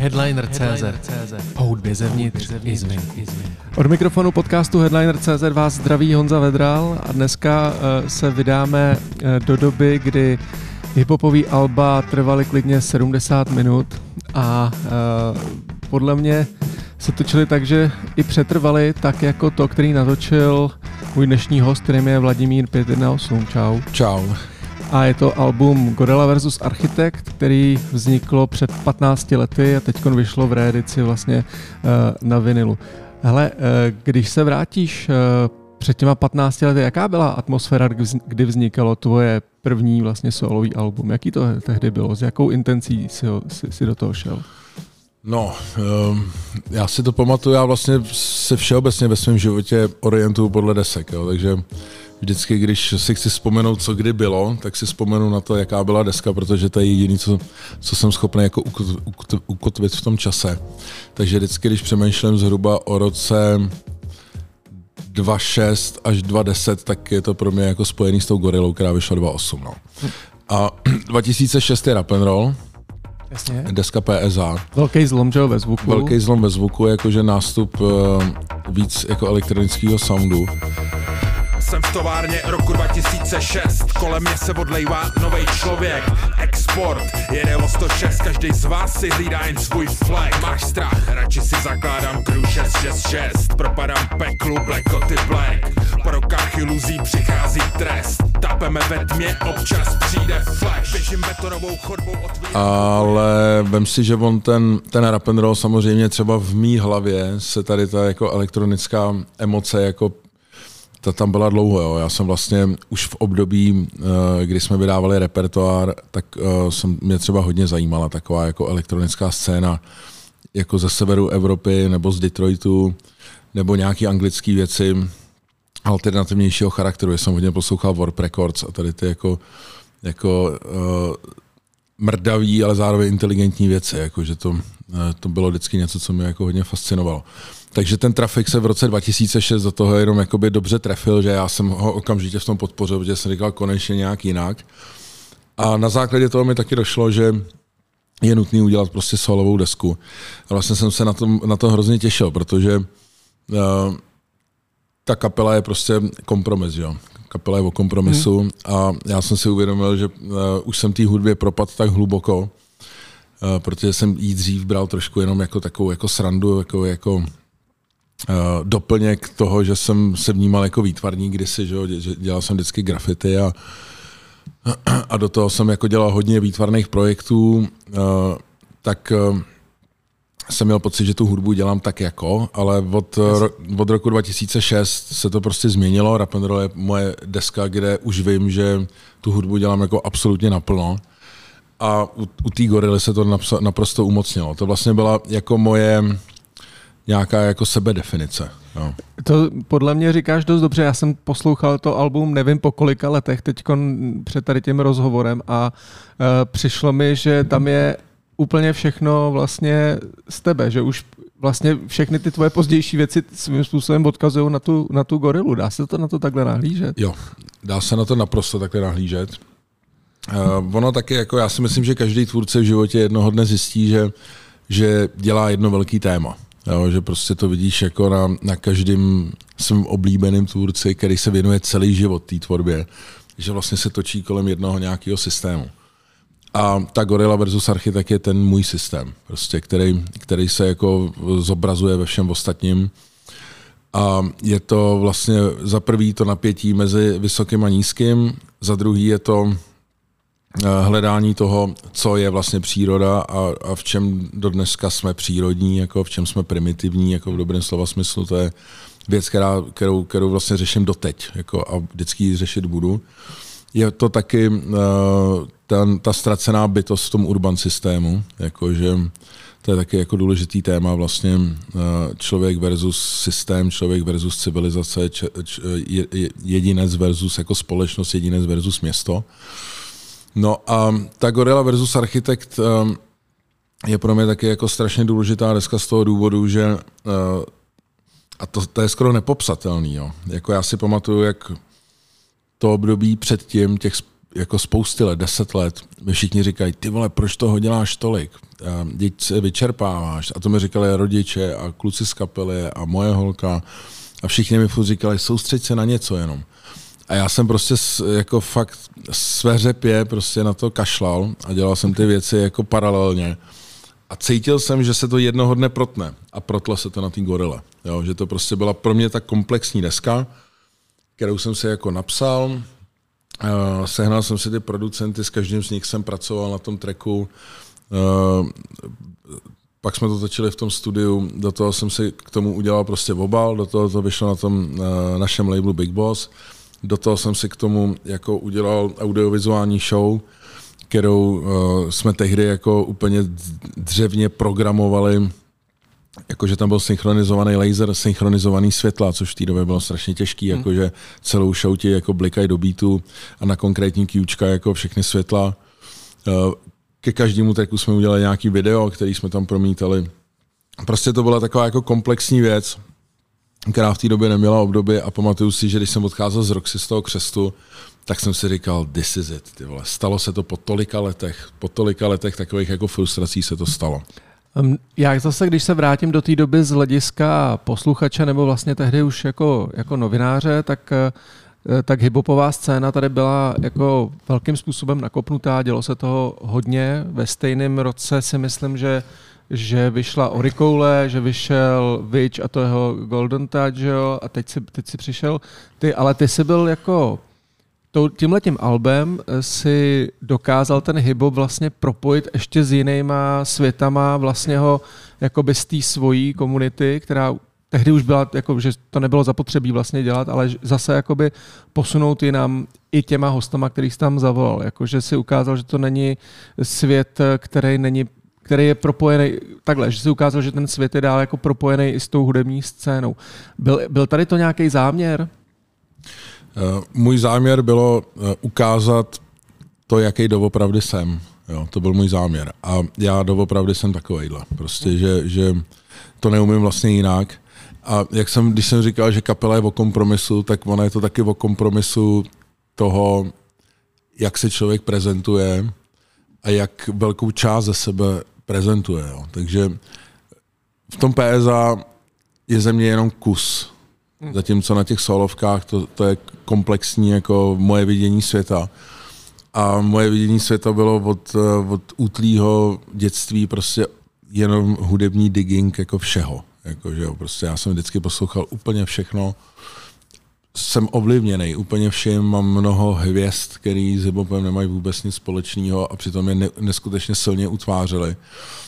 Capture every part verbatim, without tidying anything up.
Headliner tečka cé zet. Po hudbě zevnitř i zvenku. Od mikrofonu podcastu Headliner tečka cé zet vás zdraví Honza Vedral a dneska uh, se vydáme uh, do doby, kdy hiphopový alba trvaly klidně sedmdesát minut a uh, podle mě se točili tak, že i přetrvali tak jako to, který natočil můj dnešní host, kterým je Vladimír pět jedna osm. Čau. Čau. A je to album Gorilla versus. Architekt, který vzniklo před patnácti lety a teď vyšlo v reedici vlastně uh, na vinilu. Hele, uh, když se vrátíš uh, před těma patnácti lety, jaká byla atmosféra, kdy vznikalo tvoje první vlastně solový album? Jaký to tehdy bylo? S jakou intencí si, ho, si, si do toho šel? No, um, já si to pamatuju, já vlastně se všeobecně ve svém životě orientuju podle desek, jo, takže vždycky, když si chci vzpomenout, co kdy bylo, tak si vzpomenu na to, jaká byla deska, protože to je jediné, co, co jsem schopný jako ukotvit v tom čase. Takže vždycky, když přemýšlím zhruba o roce dva tisíce šest až dva tisíce deset, tak je to pro mě jako spojený s tou Gorillou, která vyšla dva tisíce osm. No. A dva tisíce šest je Rap and Roll. Jasně. Deska P S A. Velký zlom, že jo, ve zvuku. Velký zlom ve zvuku, jakože nástup uh, víc jako elektronického soundu. Jsem v továrně roku dva tisíce šest, kolem mě se odlejvá novej člověk. Export, jede o sto šest, každý z vás si hlídá jen svůj flag. Máš strach, radši si zakládám crew šest šest šest, propadám peklu Black Coty Black. Po rokách iluzí přichází trest, tápeme ve tmě, občas přijde flash. Běžím betonovou chodbou od... Ale vem si, že on ten, ten rap and roll samozřejmě třeba v mý hlavě se tady ta jako elektronická emoce jako ta tam byla dlouho, jo. Já jsem vlastně už v období, kdy jsme vydávali repertoár, tak jsem, mě třeba hodně zajímala taková jako elektronická scéna jako ze severu Evropy nebo z Detroitu, nebo nějaký anglický věci alternativnějšího charakteru. Já jsem hodně poslouchal Warp Records a tady ty jako, jako uh, mrdavý, ale zároveň inteligentní věci, jako, že to, uh, to bylo vždycky něco, co mě jako hodně fascinovalo. Takže ten trafik se v roce dva tisíce šest do toho jenom jakoby dobře trefil, že já jsem ho okamžitě v tom podpořil, protože jsem říkal konečně nějak jinak. A na základě toho mi taky došlo, že je nutný udělat prostě solovou desku. A vlastně jsem se na to, na to hrozně těšil, protože uh, ta kapela je prostě kompromis, jo. Kapela je o kompromisu hmm. a já jsem si uvědomil, že uh, už jsem té hudbě propadl tak hluboko, uh, protože jsem jí dřív bral trošku jenom jako takovou jako srandu, jako, jako Uh, doplněk toho, že jsem se vnímal jako výtvarník kdysi, že, že dělal jsem vždycky grafity a, a do toho jsem jako dělal hodně výtvarných projektů, uh, tak uh, jsem měl pocit, že tu hudbu dělám tak jako, ale od, ro, od roku dva tisíce šest se to prostě změnilo. Rap and Roll je moje deska, kde už vím, že tu hudbu dělám jako absolutně naplno a u, u té Gorily se to naprosto umocnilo. To vlastně byla jako moje nějaká jako sebedefinice. Jo. To podle mě říkáš dost dobře, já jsem poslouchal to album nevím po kolika letech teď před tady tím rozhovorem a uh, přišlo mi, že tam je úplně všechno vlastně z tebe, že už vlastně všechny ty tvoje pozdější věci svým způsobem odkazují na tu, na tu Gorillu. Dá se to na to takhle nahlížet? Jo, dá se na to naprosto takhle nahlížet. Uh, ono taky, jako já si myslím, že každý tvůrce v životě jednoho dne zjistí, že, že dělá jedno velký téma. Jo, že prostě to vidíš jako na, na každém svým oblíbeným tvůrci, který se věnuje celý život té tvorbě, že vlastně se točí kolem jednoho nějakého systému. A ta Gorilla versus. Architekt je ten můj systém, prostě, který, který se jako zobrazuje ve všem ostatním. A je to vlastně za prvý to napětí mezi vysokým a nízkým, za druhý je to hledání toho, co je vlastně příroda a, a v čem do dneska jsme přírodní, jako v čem jsme primitivní, jako v dobrém slova smyslu. To je věc, která, kterou, kterou vlastně řeším doteď jako a vždycky ji řešit budu. Je to taky uh, ten, ta ztracená bytost v tom urban systému, jakože to je taky jako důležitý téma, vlastně uh, člověk versus systém, člověk versus civilizace, č, č, jedinec versus jako společnost, jedinec versus město. No a ta Gorilla versus. Architekt um, je pro mě taky jako strašně důležitá deska z toho důvodu, že uh, a to, to je skoro nepopsatelný. Jo. Jako já si pamatuju, jak to období předtím, těch jako spousty let, deset let, mi všichni říkají, ty vole, proč toho děláš tolik? Děť se vyčerpáváš. A to mi říkali rodiče a kluci z kapely a moje holka. A všichni mi furt říkali, soustřeď se na něco jenom. A já jsem prostě jako fakt své řepě prostě na to kašlal a dělal jsem ty věci jako paralelně. A cítil jsem, že se to jednoho dne protne. A protlo se to na té Gorile. Jo, že to prostě byla pro mě tak komplexní deska, kterou jsem si jako napsal. Uh, sehnal jsem si ty producenty, s každým z nich jsem pracoval na tom tracku. Uh, pak jsme to točili v tom studiu, do toho jsem si k tomu udělal prostě obal, do toho to vyšlo na tom uh, našem labelu Big Boss. Do toho jsem si k tomu jako udělal audiovizuální show, kterou uh, jsme tehdy jako úplně dřevně programovali, jakože tam byl synchronizovaný laser, synchronizovaný světla, což v té době bylo strašně těžký, hmm. jakože celou show ti jako blikají do beatu a na konkrétní kýčka jako všechny světla. Uh, ke každému tracku jsme udělali nějaký video, který jsme tam promítali. Prostě to byla taková jako komplexní věc, která v té době neměla období a pamatuju si, že když jsem odcházel z Roxy z toho křestu, tak jsem si říkal, this is it, ty vole. Stalo se to po tolika letech, po tolika letech takových jako frustrací se to stalo. Já zase, když se vrátím do té doby z hlediska posluchače nebo vlastně tehdy už jako, jako novináře, tak, tak hiphopová scéna tady byla jako velkým způsobem nakopnutá, dělo se toho hodně. Ve stejném roce si myslím, že že vyšla Orikoule, že vyšel Witch a to jeho Golden Touch, jo, a teď si, teď si přišel ty, ale ty jsi byl jako tímhletím albem si dokázal ten hip-hop vlastně propojit ještě s jinýma světama vlastně ho jakoby z té svojí komunity, která tehdy už byla, jako, že to nebylo zapotřebí vlastně dělat, ale zase jakoby posunout jinam i těma hostama, kterých jsi tam zavolal. Jakože si ukázal, že to není svět, který není který je propojený, takhle, že si ukázal, že ten svět je dál jako propojený i s tou hudební scénou. Byl, byl tady to nějaký záměr? Uh, můj záměr bylo uh, ukázat to, jaký doopravdy jsem. Jo, to byl můj záměr. A já doopravdy jsem takovejhle. Prostě, hmm. že, že to neumím vlastně jinak. A jak jsem, když jsem říkal, že kapela je o kompromisu, tak ona je to taky o kompromisu toho, jak se člověk prezentuje a jak velkou část ze sebe prezentuje. Jo. Takže v tom P S A je ze mě jenom kus. Zatímco na těch solovkách to, to je komplexní jako moje vidění světa. A moje vidění světa bylo od, od útlýho dětství prostě jenom hudební digging jako všeho. Jako, že jo, prostě já jsem vždycky poslouchal úplně všechno. Jsem ovlivněný úplně všem, mám mnoho hvězd, který s hiphopem nemají vůbec nic společného a přitom je ne, neskutečně silně utvářely.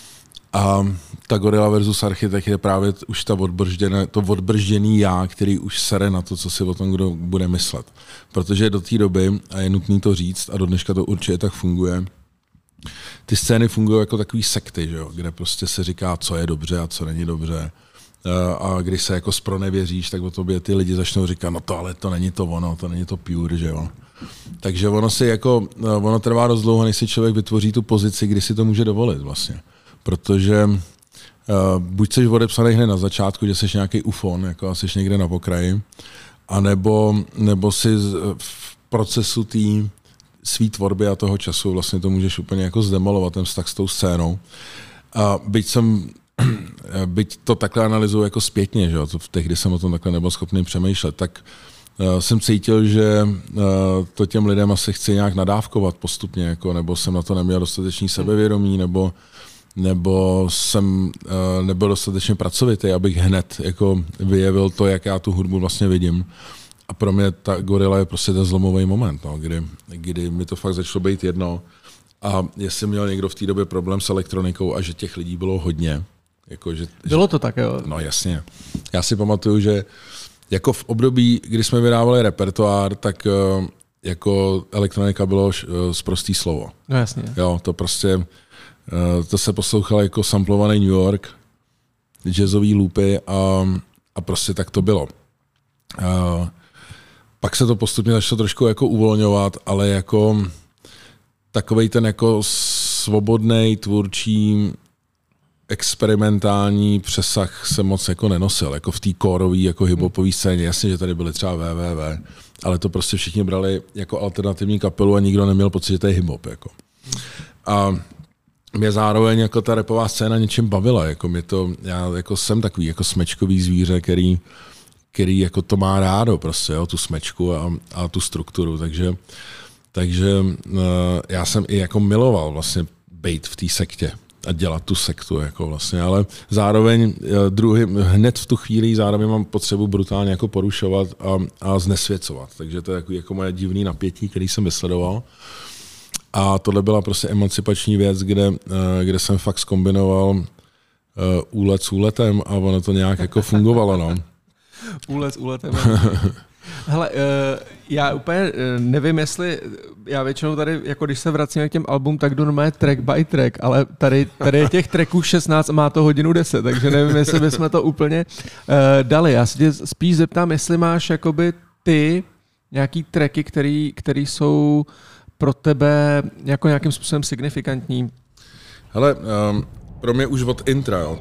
A ta Gorilla versus Architekt je právě už ta odbržděné, to odbržděný já, který už sere na to, co si o tom kdo bude myslet. Protože do té doby, a je nutný to říct, a do dneška to určitě tak funguje, ty scény fungují jako takový sekty, že jo? Kde prostě se říká, co je dobře a co není dobře. A když se jako zpronevěříš, tak o tobě ty lidi začnou říkat, no to ale to není to ono, to není to pure, že jo. Takže ono si jako, ono trvá dost dlouho, než si člověk vytvoří tu pozici, kdy si to může dovolit vlastně. Protože uh, buď jsi odepsaný hned na začátku, že jsi nějaký ufon, jako a jsi někde na pokraji, anebo, nebo si v procesu té svý tvorby a toho času vlastně to můžeš úplně jako zdemolovat, ten vztah s tou scénou. A byť jsem byť to takhle analyzuju jako zpětně, že? To v tehdy jsem o tom takhle nebyl schopný přemýšlet, tak uh, jsem cítil, že uh, to těm lidem asi chci nějak nadávkovat postupně, jako, nebo jsem na to neměl dostatečný sebevědomí, nebo, nebo jsem uh, nebyl dostatečně pracovitý, abych hned jako vyjevil to, jak já tu hudbu vlastně vidím. A pro mě ta Gorilla je prostě ten zlomový moment, no, kdy, kdy mi to fakt začalo být jedno. A jestli měl někdo v té době problém s elektronikou a že těch lidí bylo hodně. Jako, že, bylo to tak, jo? No jasně. Já si pamatuju, že jako v období, kdy jsme vydávali repertoár, tak jako elektronika bylo sprostý slovo. No jasně. Jo, to prostě, to se poslouchalo jako samplovaný New York, jazzový loopy a, a prostě tak to bylo. A pak se to postupně začalo trošku jako uvolňovat, ale jako takovej ten jako svobodnej, tvůrčí, experimentální přesah se moc jako nenosil, jako v té kórový, jako hiphopové scéně. Jasně, že tady byly třeba W W W, ale to prostě všichni brali jako alternativní kapelu a nikdo neměl pocit, že to je hip-hop. Jako. A mě zároveň jako ta rapová scéna něčím bavila. Jako mě to, já jako jsem takový jako smečkový zvíře, který, který jako to má rádo, prostě, jo, tu smečku a, a tu strukturu. Takže, takže uh, já jsem i jako miloval vlastně bejt v té sektě a dělat tu sektu, jako vlastně, ale zároveň druhý, hned v tu chvíli zároveň mám potřebu brutálně jako porušovat a, a znesvěcovat. Takže to je jako, jako moje divný napětí, který jsem vysledoval. A tohle byla prostě emancipační věc, kde, kde jsem fakt zkombinoval uh, úlet s úletem a ono to nějak jako fungovalo. No. Úlet s úletem. Hele, já úplně nevím, jestli, já většinou tady, jako když se vracíme k těm album, tak jdu normálně track by track, ale tady, tady je těch tracků šestnáct a má to hodinu deset, takže nevím, jestli bychom to úplně uh, dali. Já se tě spíš zeptám, jestli máš jakoby ty nějaký tracky, který, který jsou pro tebe jako nějakým způsobem signifikantní. Hele, um, pro mě už od intra, jo.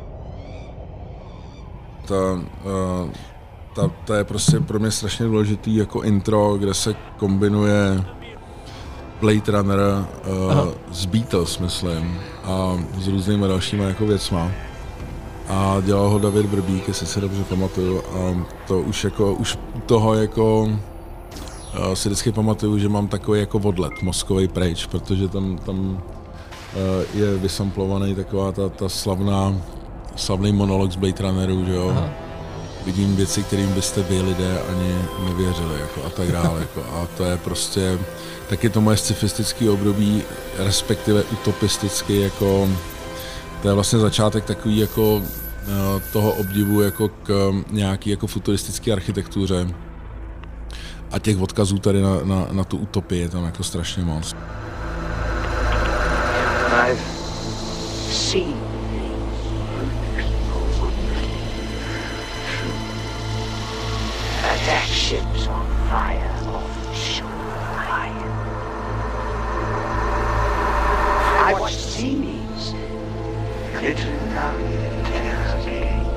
Ta, uh, ta, ta je prostě pro mě strašně důležitý jako intro, kde se kombinuje Blade Runner uh, s Beatles, myslím, a s různými dalšíma jako věcma. A dělal ho David Brbík, jestli si dobře pamatuju, a to už jako, už toho jako uh, si vždycky pamatuju, že mám takový jako odlet, mozkový pryč, protože tam, tam uh, je vysamplovaný taková ta, ta slavná, slavný monolog z Blade Runneru, že jo. Aha. Vidím věci, kterým byste vy lidé ani nevěřili, jako a tak dále, jako a to je prostě taky to moje scifistické období, respektive utopisticky, jako to je vlastně začátek takový jako toho obdivu jako k nějaký jako futuristické architektuře a těch odkazů tady na, na, na tu utopii je tam jako strašně moc. I've seen. Attack ships on fire off the shore. I watched seaweeds glittering down the terrace again.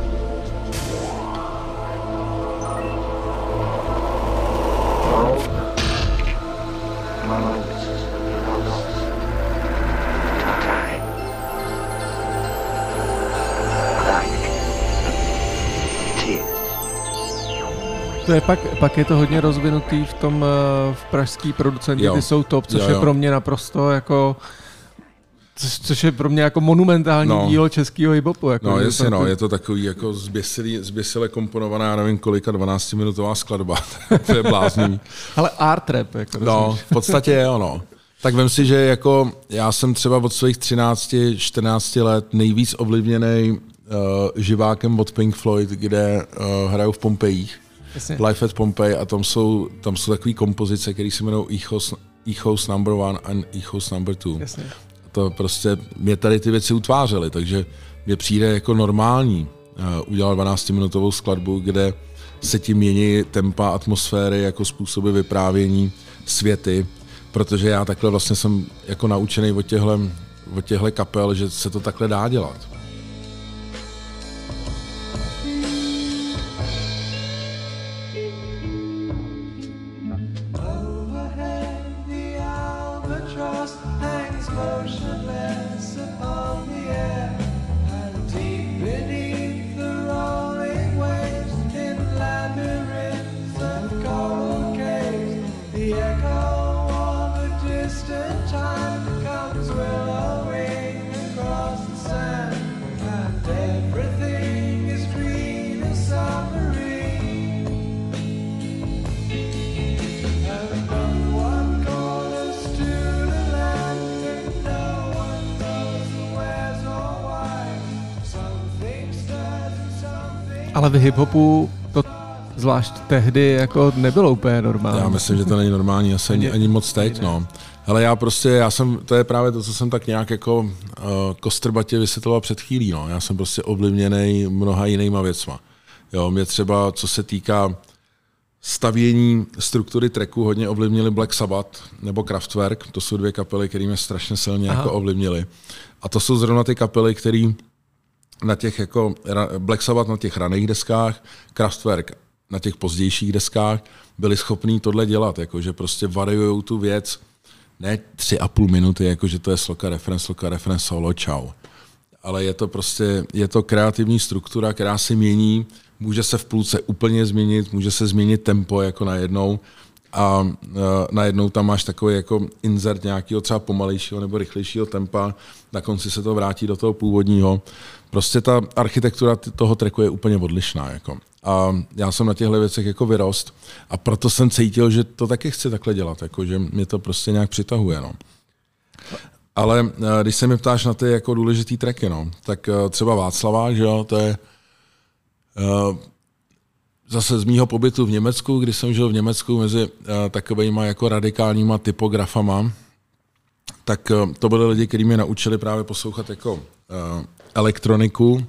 To je pak, pak je to hodně rozvinutý v tom v pražský producenti, jo. Ty jsou top, což jo, jo. je pro mě naprosto jako což, což je pro mě jako monumentální no. dílo českého hip-hopu. Jako, no jasně, no, je to takový jako zběsilý, zběsile komponovaná, já nevím kolika, dvanáctiminutová skladba, to je bláznivý. Ale art rap, jako no, v podstatě je ono. Tak vem si, že jako já jsem třeba od svých třinácti čtrnácti let nejvíc ovlivněný uh, živákem od Pink Floyd, kde uh, hrajou v Pompejích. Jasně. Life at Pompeii a tam jsou, tam jsou takové kompozice, které se jmenují Echos, Echos number one a Echos number two. Jasně. To prostě mě tady ty věci utvářely, takže mě přijde jako normální uh, udělat dvanáctiminutovou skladbu, kde se tím mění tempa, atmosféry, jako způsoby vyprávění, světy, protože já takhle vlastně jsem jako naučený od těchhle, od těchhle kapel, že se to takhle dá dělat. Ale v hip-hopu to zvlášť tehdy jako nebylo úplně normální. Já myslím, že to není normální, asi ani, ani moc teď, no. Hele, já prostě, já jsem, to je právě to, co jsem tak nějak jako uh, kostrbatě vysvětloval před chvílí, no. Já jsem prostě ovlivněný mnoha jinýma věcma. Jo, mě třeba, co se týká stavění struktury tracku, hodně ovlivnili Black Sabbath nebo Kraftwerk, to jsou dvě kapely, které mě strašně silně jako ovlivnily. A to jsou zrovna ty kapely, které na těch jako Black Sabbath na těch raných deskách, Kraftwerk na těch pozdějších deskách byli schopní tohle dělat, jako že prostě variujou tu věc ne tři a půl minuty, jako že to je sloka, reference, sloka, reference, solo, čau. Ale je to prostě, je to kreativní struktura, která se mění, může se v půlce úplně změnit, může se změnit tempo jako najednou a uh, najednou tam máš takový jako insert nějakého třeba pomalejšího nebo rychlejšího tempa, na konci se to vrátí do toho původního. Prostě ta architektura toho tracku je úplně odlišná. Jako. A já jsem na těchto věcech jako vyrost a proto jsem cítil, že to taky chci takhle dělat, jako, že mě to prostě nějak přitahuje. No. Ale když se mi ptáš na ty jako důležitý tracky, no, tak třeba Václavák, že jo, to je uh, zase z mýho pobytu v Německu, kdy jsem žil v Německu mezi uh, takovejma jako radikálníma typografama, tak uh, to byly lidi, kteří mě naučili právě poslouchat jako uh, elektroniku,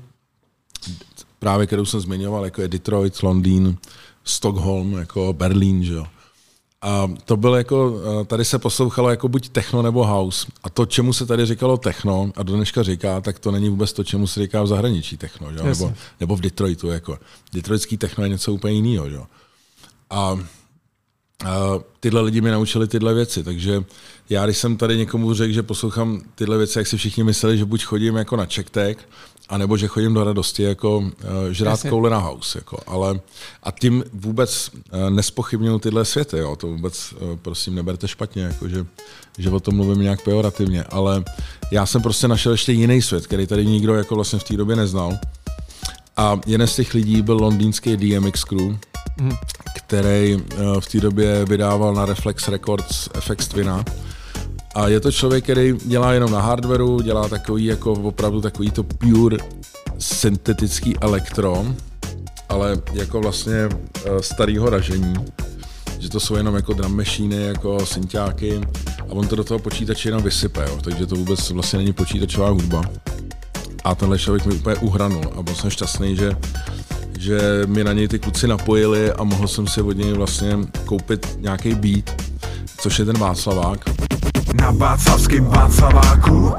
právě kterou jsem zmiňoval, jako je Detroit, Londýn, Stockholm, jako Berlín, že jo. A to bylo jako, tady se poslouchalo jako buď techno nebo house. A to, čemu se tady říkalo techno a do dneška říká, tak to není vůbec to, čemu se říká v zahraničí techno, že? Nebo, nebo v Detroitu. Jako. Detroitský techno je něco úplně jiného. Že? A, a tyhle lidi mi naučili tyhle věci, takže já, když jsem tady někomu řekl, že poslouchám tyhle věci, jak si všichni mysleli, že buď chodím jako na CheckTech, anebo že chodím do radosti jako uh, žrát koule na house. Jako. Ale, a tím vůbec uh, nespochybňuju tyhle světy. Jo. To vůbec, uh, prosím, neberte špatně, jako, že, že o tom mluvím nějak pejorativně. Ale já jsem prostě našel ještě jiný svět, který tady nikdo jako vlastně v té době neznal. A jeden z těch lidí byl londýnský D M X Crew, mm. který uh, v té době vydával na Reflex Records F X Twina. A je to člověk, který dělá jenom na hardwareu, dělá takový jako opravdu takový to pure syntetický elektro, ale jako vlastně starýho ražení, že to jsou jenom jako drum machiny, jako synťáky a on to do toho počítače jenom vysype, jo, takže to vůbec vlastně není počítačová hudba. A tenhle člověk mi úplně uhranul a byl jsem šťastný, že, že mi na něj ty kluci napojili a mohl jsem si od něj vlastně koupit nějaký beat, což je ten Václavák. Na václavském Václaváku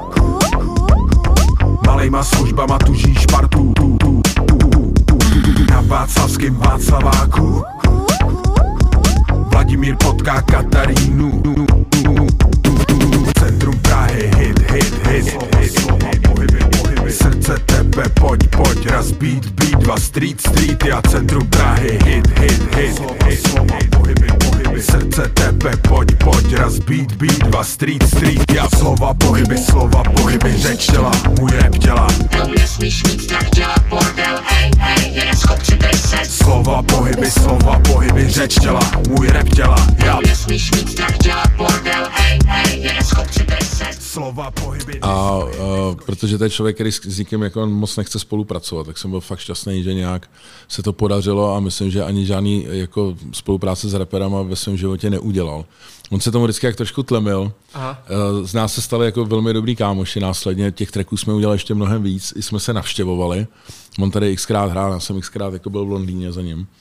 malejma službama tuží špartu. Na václavském Václaváku Vladimír potká Katarínu. Centrum Prahy, hit, hit, hit, hit. Srdce tebe, pojď, pojď, raz beat, beat, dva street, street. Já centrum Prahy, hit, hit, hit, hit. Srdce tebe, pojď, pojď, raz beat, beat, dva street, street. Já slova, pohyby, slova, pohyby, řeč těla, můj rap dělá. Nesmíš mít tak dělat bordel, hej, hej, jeden skok tři deset. Slova, pohyby, slova, pohyby, řeč těla, můj rap dělá. Já nesmíš mít tak dělat bordel, hej, hej, jeden skok tři deset. Slova, pohyby. A uh, protože to je člověk, který s nikým jako moc nechce spolupracovat, tak jsem byl fakt šťastný, že nějak se to podařilo a myslím, že ani žádný jako spolupráce s raperama ve svém životě neudělal. On se tomu vždycky jak trošku tlemil. Aha. Z nás se stali jako velmi dobrý kámoši následně, těch tracků jsme udělali ještě mnohem víc, i jsme se navštěvovali. On tady xkrát hrál, já jsem xkrát jako byl v Londýně za ním.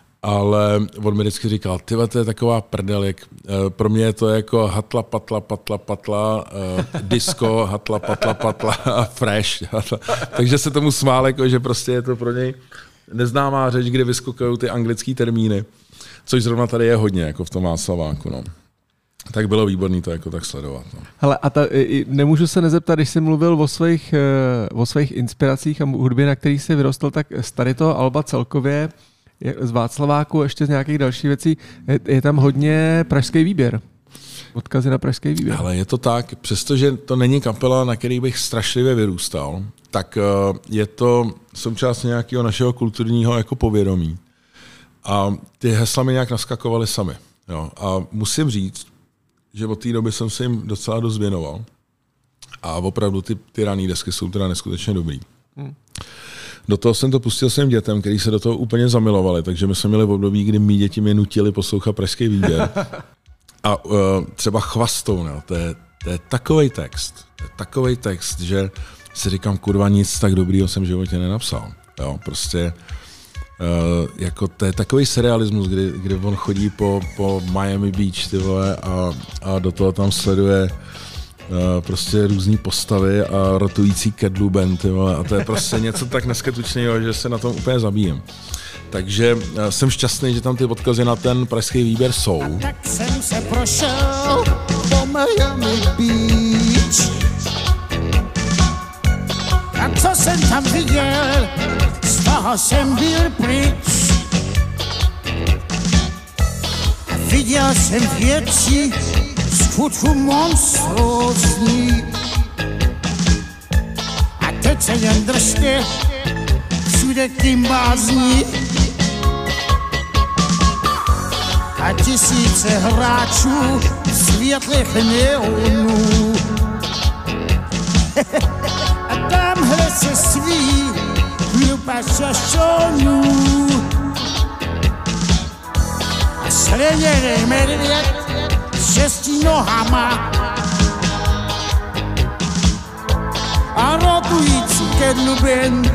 Ale on mi vždycky říkal, tyhle, to je taková prdel, jak, pro mě je to jako hatla, patla, patla, patla, uh, disco, hatla, patla, patla a fresh. Hatla. Takže se tomu smál, jako, že prostě je to pro něj neznámá řeč, kde vyskakují ty anglické termíny, což zrovna tady je hodně, jako v tom Václaváku. No. Tak bylo výborný to jako tak sledovat. No. Hele, a ta, nemůžu se nezeptat, když jsi mluvil o svých, o svých inspiracích a hudbě, na kterých jsi vyrostl, tak z tady toho alba celkově z Václaváku, ještě z nějakých dalších věcí, je, je tam hodně pražský výběr. Odkazy na pražský výběr. Ale je to tak, přestože to není kapela, na který bych strašlivě vyrůstal, tak uh, je to součást nějakého našeho kulturního jako povědomí. A ty hesla mi nějak naskakovaly sami. Jo. A musím říct, že od té doby jsem se jim docela dost věnoval. A opravdu ty, ty rané desky jsou teda neskutečně dobrý. Hmm. Do toho jsem to pustil svým dětem, kteří se do toho úplně zamilovali, takže my jsme měli v období, kdy mý děti mě nutili poslouchat pražský výběr. A uh, třeba Chvastou, no, to je, to je takovej text, to je takovej text, že si říkám, kurva, nic tak dobrýho jsem v životě nenapsal. Jo, prostě uh, jako to je takový surrealismus, kdy, kdy on chodí po, po Miami Beach, ty vole, a, a do toho tam sleduje Uh, prostě různý postavy a rotující Kedlu band, a to je prostě něco tak neskutečného, že se na tom úplně zabíjem. Takže jsem šťastný, že tam ty odkazy na ten pražský výběr jsou. A tak jsem se prošel po Miami Beach. A co jsem tam viděl, z toho jsem byl pryč. A viděl jsem věci skutku monstrózní. A teď se jen držte, všude tím bázní. A tisíce hráčů v světlech neonů. A tamhle se sví hlupa šašonů. A sreděný medvěd šesti nohama. A rotující kedluben.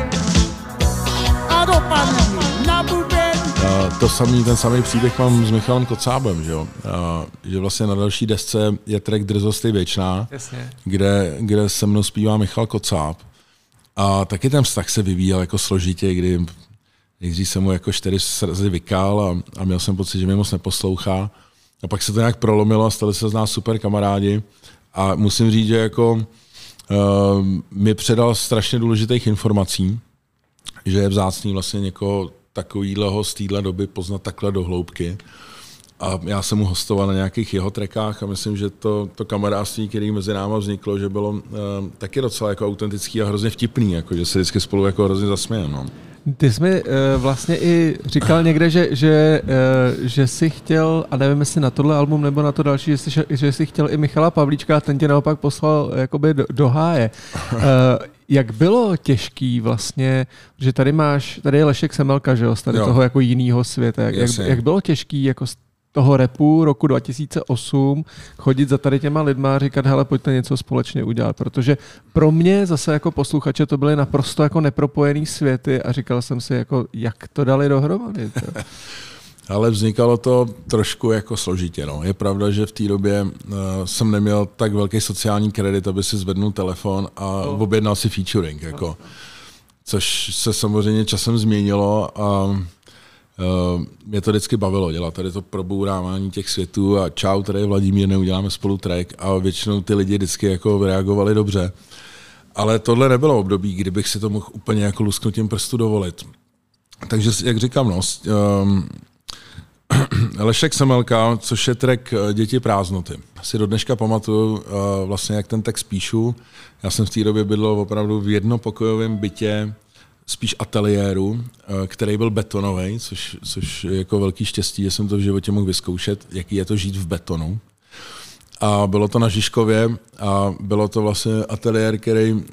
A dopadne na buben. To samý, ten samý příběh mám s Michalem Kocábem, že jo? A, že vlastně na další desce je track Drzost je věčná, kde, kde se mnou zpívá Michal Kocáb. A taky ten vztah se vyvíjel jako složitě, kdy nejdřív jsem mu jako čtyři srazy vykál a, a měl jsem pocit, že mě moc neposlouchá. A pak se to nějak prolomilo a stali se z nás super kamarádi. A musím říct, že jako uh, mi předal strašně důležitých informací, že je vzácný vlastně někoho takovýhleho z téhle doby poznat takhle do hloubky. A já jsem mu hostoval na nějakých jeho trackách a myslím, že to, to kamarádství, které mezi náma vzniklo, že bylo uh, taky docela jako autentický a hrozně vtipný, jako, že se vždycky spolu jako hrozně zasmějeme. No. Ty jsi mi uh, vlastně i říkal někde, že, že, uh, že jsi chtěl, a nevím jestli na tohle album nebo na to další, že jsi, že jsi chtěl i Michala Pavlíčka a ten tě naopak poslal jakoby do, do háje. Uh, jak bylo těžký vlastně, že tady máš, tady je Lešek Semelka, že jo, z tady jo. toho jako jinýho světa. Jak, jak, jak bylo těžký jako z toho rapu roku dva tisíce osm chodit za tady těma lidma a říkat, hele, pojďte něco společně udělat, protože pro mě zase jako posluchače to byly naprosto jako nepropojený světy a říkal jsem si, jako, jak to dali dohromady. Ale vznikalo to trošku jako složitě. No. Je pravda, že v té době uh, jsem neměl tak velký sociální kredit, aby si zvednul telefon a oh. objednal si featuring. Jako. Což se samozřejmě časem změnilo a uh, mě to vždycky bavilo dělat tady to probourávání těch světů a čau, tady je Vladimír, neuděláme spolu track a většinou ty lidi vždycky jako reagovali dobře. Ale tohle nebylo období, kdybych si to mohl úplně jako lusknutím prstu dovolit. Takže, jak říkám, no, um, Lešek Semelka, což je track Děti prázdnoty. Si do dneška pamatuju uh, vlastně, jak ten text píšu. Já jsem v té době bydlel opravdu v jednopokojovém bytě, spíš ateliéru, uh, který byl betonový, což, což je jako velký štěstí, že jsem to v životě mohl vyzkoušet, jaký je to žít v betonu. A bylo to na Žižkově a bylo to vlastně ateliér, který uh,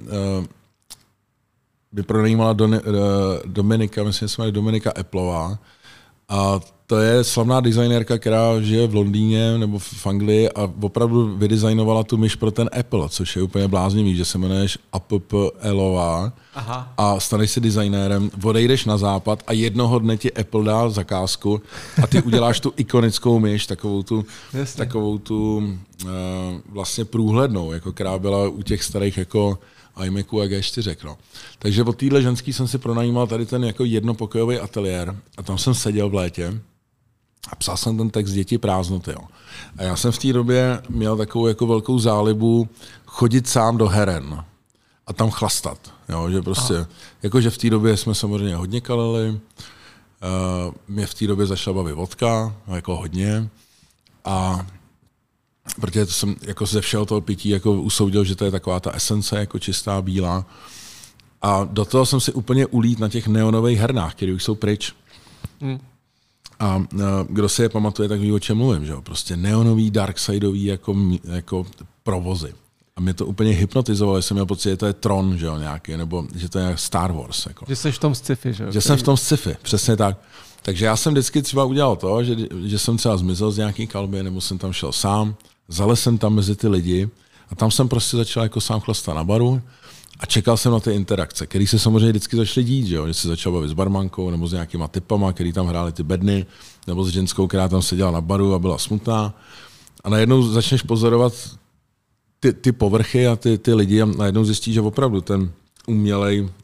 by pronajímala Don, uh, Dominika, myslím, že se jmenuje Dominika Applová. A to je slavná designérka, která žije v Londýně nebo v Anglii a opravdu vydizajnovala tu myš pro ten Apple, což je úplně bláznivý, že se jmenuješ Applová a staneš si designérem, odejdeš na západ a jednoho dne ti Apple dá zakázku a ty uděláš tu ikonickou myš, takovou tu, takovou tu uh, vlastně průhlednou, jako která byla u těch starých jako iMacu a G čtyři. No. Takže od téhle ženský jsem si pronajímal tady ten jako jednopokojový ateliér a tam jsem seděl v létě a psal jsem ten text Děti prázdnoty. Jo. A já jsem v té době měl takovou jako velkou zálibu chodit sám do heren a tam chlastat. Jo, že prostě, jakože v té době jsme samozřejmě hodně kalili, uh, mě v té době začala bavit vodka, jako hodně a protože to jsem jako ze všeho toho pití jako usoudil, že to je taková ta esence jako čistá, bílá. A do toho jsem si úplně ulít na těch neonových hernách, které už jsou pryč. Mm. A kdo si je pamatuje, tak ví, o čem mluvím. Že? Prostě neonový, darksideový jako, jako provozy. A mě to úplně hypnotizovalo, že jsem měl pocit, že to je Tron, že jo, nějaký, nebo že to je Star Wars. Jako. Že jsi v tom sci-fi, že jo? Že jsem v tom sci-fi, přesně tak. Takže já jsem vždycky třeba udělal to, že, že jsem třeba zmizel z nějaký kalby, nebo jsem tam šel sám, zalez jsem tam mezi ty lidi a tam jsem prostě začal jako sám chlastat na baru a čekal jsem na ty interakce, které se samozřejmě vždycky začaly dít, že, jo? Že se začal bavit s barmankou nebo s nějakýma typama, který tam hráli ty bedny, nebo s ženskou, která tam seděla na baru a byla smutná. A najednou začneš pozorovat ty, ty povrchy a ty, ty lidi a najednou zjistíš, že opravdu ten umělej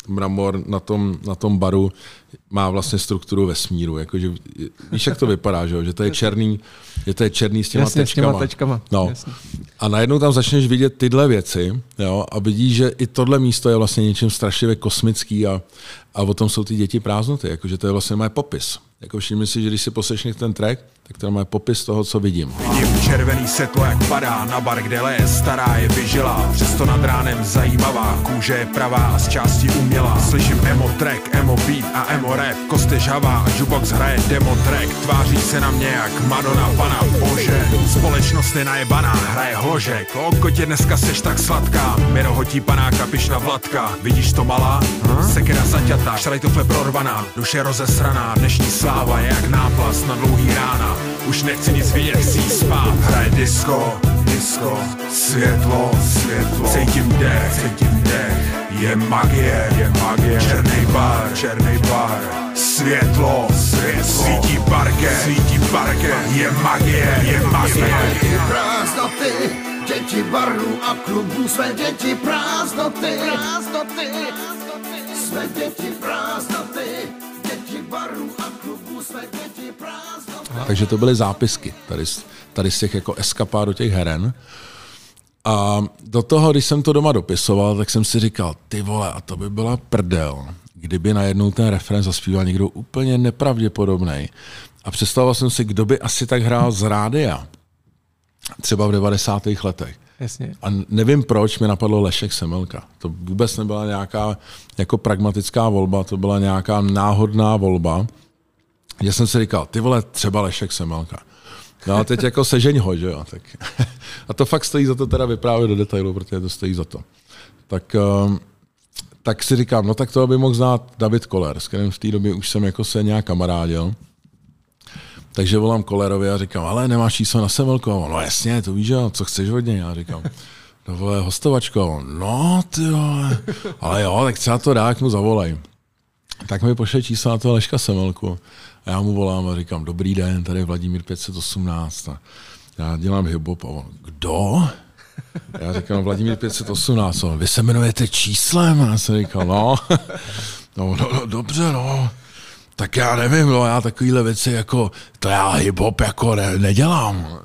mramor na tom, na tom baru má vlastně strukturu vesmíru. Jakože, víš, jak to vypadá, že, že to je černý, že to je černý s těma Jasně, tečkama. S těma tečkama. No. A najednou tam začneš vidět tyhle věci, jo, a vidíš, že i tohle místo je vlastně něčím strašlivě kosmický a, a o tom jsou ty děti prázdnoty. Jakože to je vlastně můj popis. Jako všimni si, že když si poslechneš ten track, tak to je popis toho, co vidím. Vidím červený světlo, jak padá na bar, kde leje stará je vyžilá. Přesto nad ránem zajímavá, kůže je pravá a z části umělá. Slyším emo track, emo beat a emo rap. Koste žhavá a jukebox hraje demo track. Tváří se na mě jak Madonna, Pana Bože. Společnost je najebaná, hraje hložek. O kotě dneska seš tak sladká. Mirohotí panáka, pyšna Vladka. Vidíš to malá? Sekera zaťatá, šrajtofle prorvaná. Duše rozesraná, dnešní sláva je jak náplast na dlouhý rána. Už nechci nic vidět, chci spát. Hraje disco, disco, světlo, světlo. Cítím dech, cítím dech. Je magie, je magie. Černý bar, černý bar. Světlo, světlo. Svítí parket, svítí parket. Je magie, je magie. Prázdnoty, děti barů a klubů, své děti prázdnoty, prázdnoty, své děti prázdnoty, děti barů a klubů, své děti prázdnoty. Takže to byly zápisky tady, tady z těch jako eskapádů těch heren. A do toho, když jsem to doma dopisoval, tak jsem si říkal, ty vole, a to by byla prdel, kdyby najednou ten refrén zaspíval někdo úplně nepravděpodobnej. A představoval jsem si, kdo by asi tak hrál z rádia, třeba v devadesátých letech. Jasně. A nevím, proč mi napadlo Lešek Semmelka. To vůbec nebyla nějaká jako pragmatická volba, to byla nějaká náhodná volba, kde jsem si říkal, ty vole, třeba Lešek Semmelka. No a teď jako sežeň ho, že jo. Tak. A to fakt stojí za to teda vyprávět do detailu, protože to stojí za to. Tak, tak si říkám, no tak to by mohl znát David Koller, s kterým v té době už jsem jako se nějak kamarádil. Takže volám Kollerovi a říkám, ale nemáš číslo na Semmelku? No jasně, to víš, jo, co chceš od něj? Já říkám, no vole, hostovačko. No ty vole, ale jo, tak třeba to dá, jak mu zavolej. Tak mi pošle číslo na toho Leška Semmelku. A já mu volám a říkám, dobrý den, tady je Vladimír pět set osmnáct. A já dělám hip-hop a on, kdo? A já říkám, Vladimír pět set osmnáct. A vy se jmenujete číslem? A já jsem říkal, no. No, no, no dobře, no. Tak já nevím, no, já takovýhle věci jako, to já hip-hop jako ne, nedělám.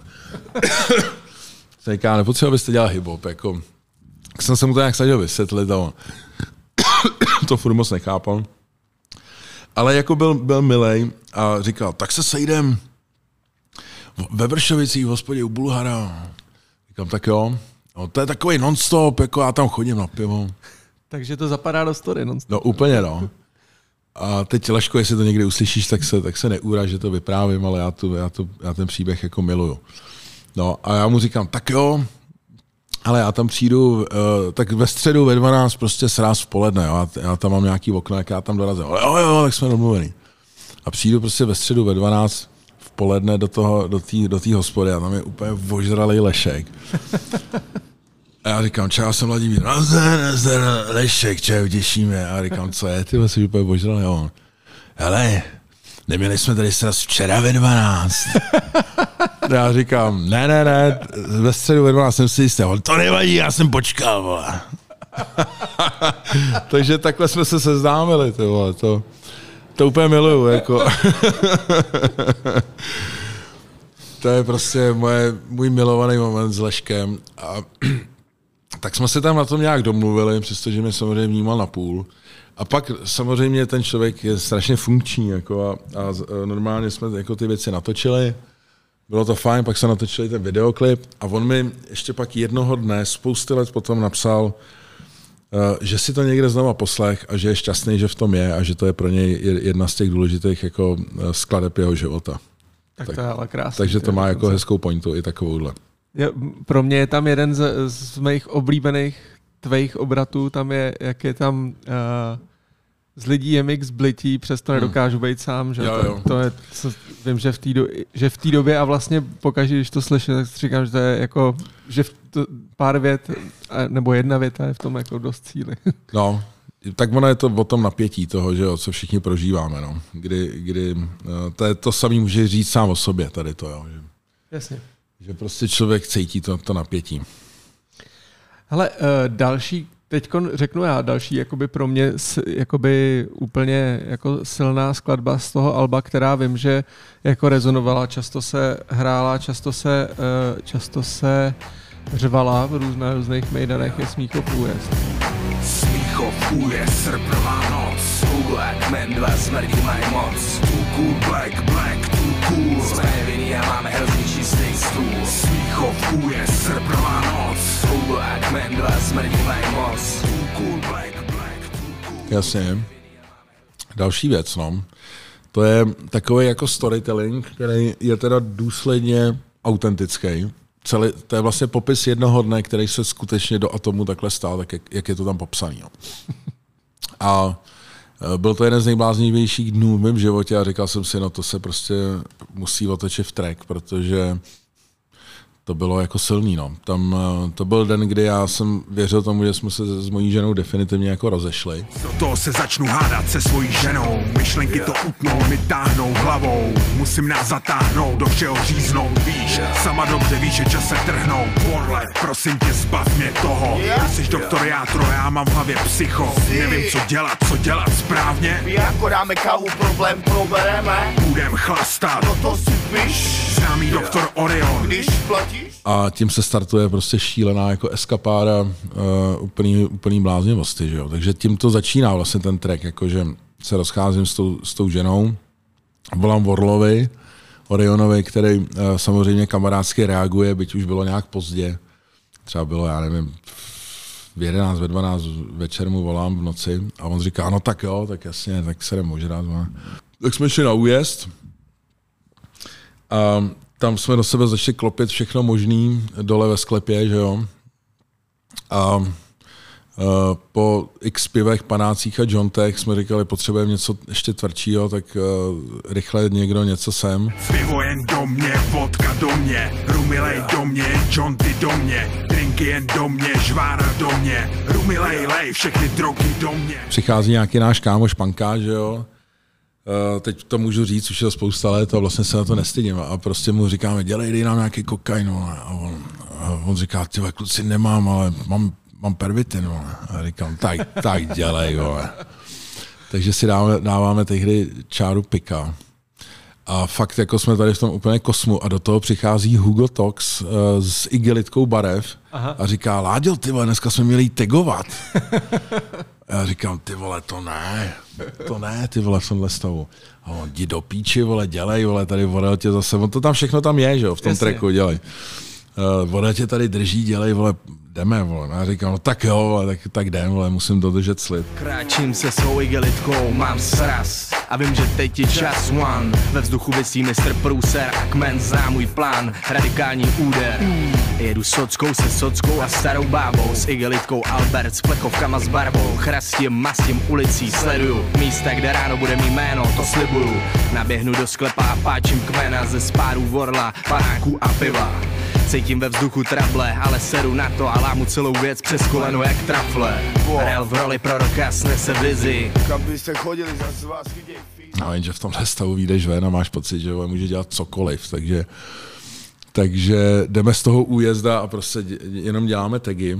Říká, nepotřeba byste dělat hip-hop, jako. Tak jsem se mu to nějak snažil vysvětlit a on to furt moc nechápal. Ale jako byl, byl milej a říkal, tak se sejdem ve Vršovicích v hospodě u Bulhara. Říkám, tak jo, no, to je takový non-stop, jako já tam chodím na pivo. Takže to zapadá do story non-stop. No úplně no. A teď Leško, jestli to někdy uslyšíš, tak se, tak se neúraž, že to vyprávím, ale já, tu, já, tu, já ten příběh jako miluju. No a já mu říkám, tak jo, ale já tam přijdu, uh, tak ve středu ve dvanáct prostě sráz v poledne, jo, já, já tam mám nějaký okno, jak já tam dorazím. Jo, jo, tak jsme domluvený. A přijdu prostě ve středu ve dvanáct v poledne do toho, do té do té hospody a tam je úplně vožralej Lešek. A já říkám, čau, jsem Vladimír, nazdar, nazdar, Lešek, čau, těšíme. A já říkám, co je, ty jsi úplně vožralej. On, hele, neměli jsme tady sraz včera ve dvanáct. Já říkám, ne, ne, ne, ve středu ve dvanáct jsem si jistý. To nevadí, já jsem počkal, vole. Takže takhle jsme se seznámili, ty vole, to, to úplně miluju, jako. To je prostě moje, můj milovaný moment s Leškem. A tak jsme se tam na tom nějak domluvili, přestože mě samozřejmě vnímal na půl. A pak samozřejmě ten člověk je strašně funkční, jako a, a normálně jsme jako ty věci natočili. Bylo to fajn, pak se natočili ten videoklip a on mi ještě pak jednoho dne, spousty let potom napsal, že si to někde znova poslech a že je šťastný, že v tom je a že to je pro něj jedna z těch důležitých jako skladeb jeho života. Tak, tak to je ale krásný. Takže to má jako hezkou pointu i takovouhle. Je, pro mě je tam jeden z, z mých oblíbených tvých obratů, tam je, jak je tam uh, z lidí M X blití, přesto nedokážu být sám, že jo, to, jo. to je, co, vím, že v té do, že v té době a vlastně pokaždé, když to slyším, tak si říkám, že to je jako, že v to, pár vět, nebo jedna věta je v tom jako dost cíly. No, tak ono je to o tom napětí toho, že jo, co všichni prožíváme, no. Kdy, kdy to je to samý může říct sám o sobě tady to, jo. Že, jasně. Že prostě člověk cítí to, to napětí. Hele, další Teďko řeknu já další, jakoby pro mě jakoby úplně jako silná skladba z toho alba, která vím, že jako rezonovala, často se hrála, často se, často se řvala v různých, různých mejdanech, je Smíchov újezd. Smíchov újezd, srpnová noc, Black Man dva smrti mají moc, too cool, black, black, too cool, jsme nevinní a máme hrozný čistý stůl. Smíchov újezd, srpnová noc, Black Man dva smrti mají moc, too cool, black, black, too cool. Jasně. Další věc, no. To je takový jako storytelling, který je teda důsledně autentický. Celý, to je vlastně popis jednoho dne, který se skutečně do atomu takhle stál, tak jak, jak je to tam popsaný. Jo. A byl to jeden z nejbláznivějších dnů v mém životě a říkal jsem si, no to se prostě musí otočit v track, protože to bylo jako silný. No. Tam, to byl den, kdy já jsem věřil tomu, že jsme se s mojí ženou definitivně jako rozešli. Do toho se začnu hádat se svojí ženou, myšlenky to utnou, mi táhnou hlavou. Musím nás zatáhnout, do všeho říznout, víš, sama dobře víš, že čas se trhnou. Porle, prosím tě, zbav mě toho. Jsi doktor Játro, já mám v hlavě psycho. Nevím, co dělat, co dělat správně. My jako dáme kávu, problém probereme. Budem chlastat, No to si píš, známý doktor Orion. když platíš. A tím se startuje prostě šílená jako eskapáda uh, úplný, úplný bláznivosti, že jo. Takže tím to začíná vlastně ten track, jakože se rozcházím s tou, s tou ženou, volám Orlovi, Orionovi, který uh, samozřejmě kamarádsky reaguje, byť už bylo nějak pozdě. Třeba bylo, já nevím, v jedenáct, ve dvanáct večer mu volám v noci a on říká, no tak jo, tak jasně, tak se jdem ožrat. Tak jsme šli na újezd. A tam jsme do sebe začali klopit všechno možný dole ve sklepě, že jo. A uh, po x pivech, panácích a jontech jsme říkali, potřebujeme něco ještě tvrdšího, tak uh, rychle někdo něco sem. Pivo jen do mě, vodka do mě, rumilej do mě, jonty do mě, drinky jen do mě, žvára do mě, rumilej, lej, všechny drogy do mě. Přichází nějaký náš kámoš pankáč, že jo. Uh, teď to můžu říct, už je to spousta let a vlastně se na to nestydím. A prostě mu říkáme, dělej, dej nám nějaký kokain. A on, a on říká, tyhle kluci nemám, ale mám, mám pervitin. A říkám, tak, tak dělej. Vole. Takže si dáváme, dáváme tehdy čáru pika. A fakt jako jsme tady v tom úplně kosmu a do toho přichází Hugo Tox uh, s igelitkou barev. Aha. A říká, Láďo, ty vole, dneska jsme měli tagovat. Já říkám, ty vole, to ne, to ne, ty vole, v tomhle stavu. A on, jdi do píči, vole, dělej, vole, tady Vorel tě zase, on to tam všechno tam je, že jo, v tom Jasně. tracku, dělej. Uh, Vorel tě tady drží, dělej, vole, jdeme, vole. A já říkám, no tak jo, vole, tak, tak jdem, vole, musím dodržet slib. Kráčím se svou igelitkou, mám sraz a vím, že teď je čas one. Ve vzduchu visí mistr Průser a kmen zná můj plán, radikální úder. Jedu sockou se sockou a starou bábou, s igelitkou Albert, s plechovkama s barvou. Chrastím, mastím ulicí, sleduju místa, kde ráno bude mý jméno, to slibuju. Naběhnu do sklepa a páčím kmena ze spárů vorla, panáků a piva. Cítím ve vzduchu trable, ale seru na to a lámu celou věc přes koleno jak trafle. Real v roli proroka snese vizi. Kam byste chodili, za vás viděj. No jenže v tomhle stavu vyjdeš ven a máš pocit, že může dělat cokoliv, takže, takže jdeme z toho újezda a prostě jenom děláme tagy.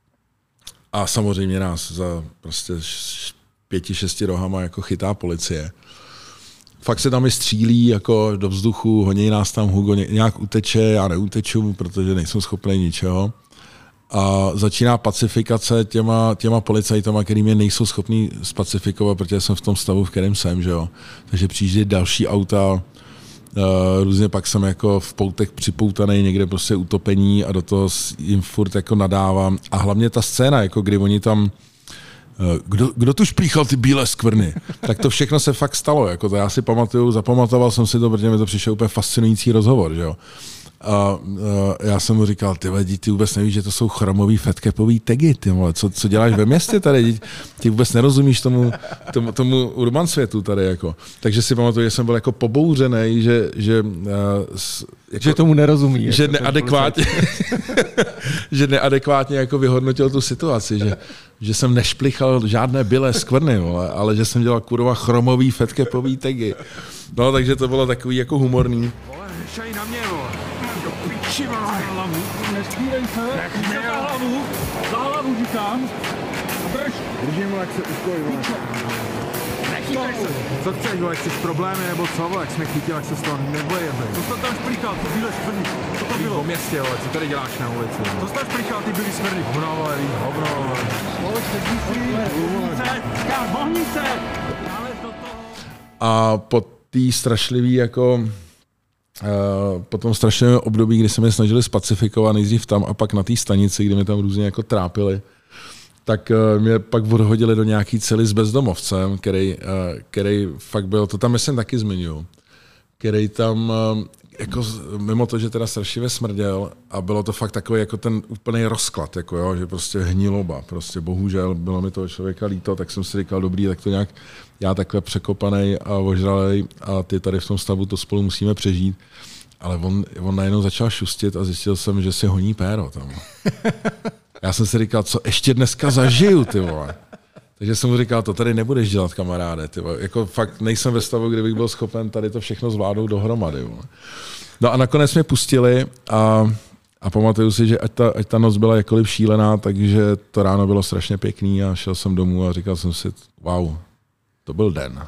A samozřejmě nás za prostě pěti, šesti rohama jako chytá policie. Fakt se tam i střílí jako do vzduchu, honí nás tam, Hugo nějak uteče, já neuteču, protože nejsem schopný ničeho. A začíná pacifikace těma, těma policajtama, který mě nejsou schopní spacifikovat, protože jsem v tom stavu, v kterém jsem, že jo. Takže přijíždí další auta, uh, různě pak jsem jako v poutech připoutaný, někde prostě utopení a do toho jim furt jako nadávám. A hlavně ta scéna, jako kdy oni tam Kdo, kdo tu šplíchal ty bílé skvrny? Tak to všechno se fakt stalo. Jako to já si pamatuju, zapamatoval jsem si to, protože mi to přišel úplně fascinující rozhovor. Že jo? A, a já jsem mu říkal, ty vole, ty vůbec nevíš, že to jsou chromový fatcapový tagy, ty vole, co, co děláš ve městě tady? Ty vůbec nerozumíš tomu, tomu, tomu urban světu tady. Jako. Takže si pamatuju, že jsem byl jako pobouřený, že, že, jako, že tomu nerozumí. Že jako neadekvátně, že neadekvátně jako vyhodnotil tu situaci, že, že jsem nešplichal žádné bílé skvrny, vole, ale že jsem dělal kurva chromový fatcapový tagy. No, takže to bylo takový jako humorný. Vole, nešaj na mě, vole. Do piči, vole. Nestýrej se, nech mě za hlavu, za hlavu říkám. Držím, jak se uspokoj, vole. Nechytaj se. Co chceš, vole, chceš problémy nebo co, vole, jak jsi nechytil, jak se z toho neboje, vole. Co jsi tam šplíchal, ty bílé smrdí? Co to bylo? Po městě, vole, co tady děláš na ulici? Co jsi tam šplíchal, ty bílé smrdí? Hovno, vole, víš, hovno, vole. Pojď, bohnice, říkám, bohnice! A po té strašlivý jako Uh, po tom strašném období, kdy se mě snažili spacifikovat nejdřív tam a pak na té stanici, kde mě tam různě jako trápili, tak uh, mě pak odhodili do nějaký cely s bezdomovcem, který, uh, který fakt byl, to tam myslím taky zmiňuji, který tam uh, jako mimo to, že teda strašlivě smrděl a bylo to fakt takový jako ten úplný rozklad, jako jo, že prostě hniloba, prostě bohužel bylo mi toho člověka líto, tak jsem si říkal, dobrý, tak to nějak já takhle překopanej a ožralej a ty tady v tom stavu to spolu musíme přežít. Ale on, on najednou začal šustit a zjistil jsem, že si honí péro tam. Já jsem si říkal, co ještě dneska zažiju, ty vole. Takže jsem mu říkal, to tady nebudeš dělat, kamaráde. Ty vole. Jako fakt nejsem ve stavu, kde bych byl schopen tady to všechno zvládnout dohromady. Vole. No a nakonec mě pustili a, a pamatuju si, že ať ta, ať ta noc byla jakkoliv šílená, takže to ráno bylo strašně pěkný a šel jsem domů a říkal jsem si, wow, to byl den.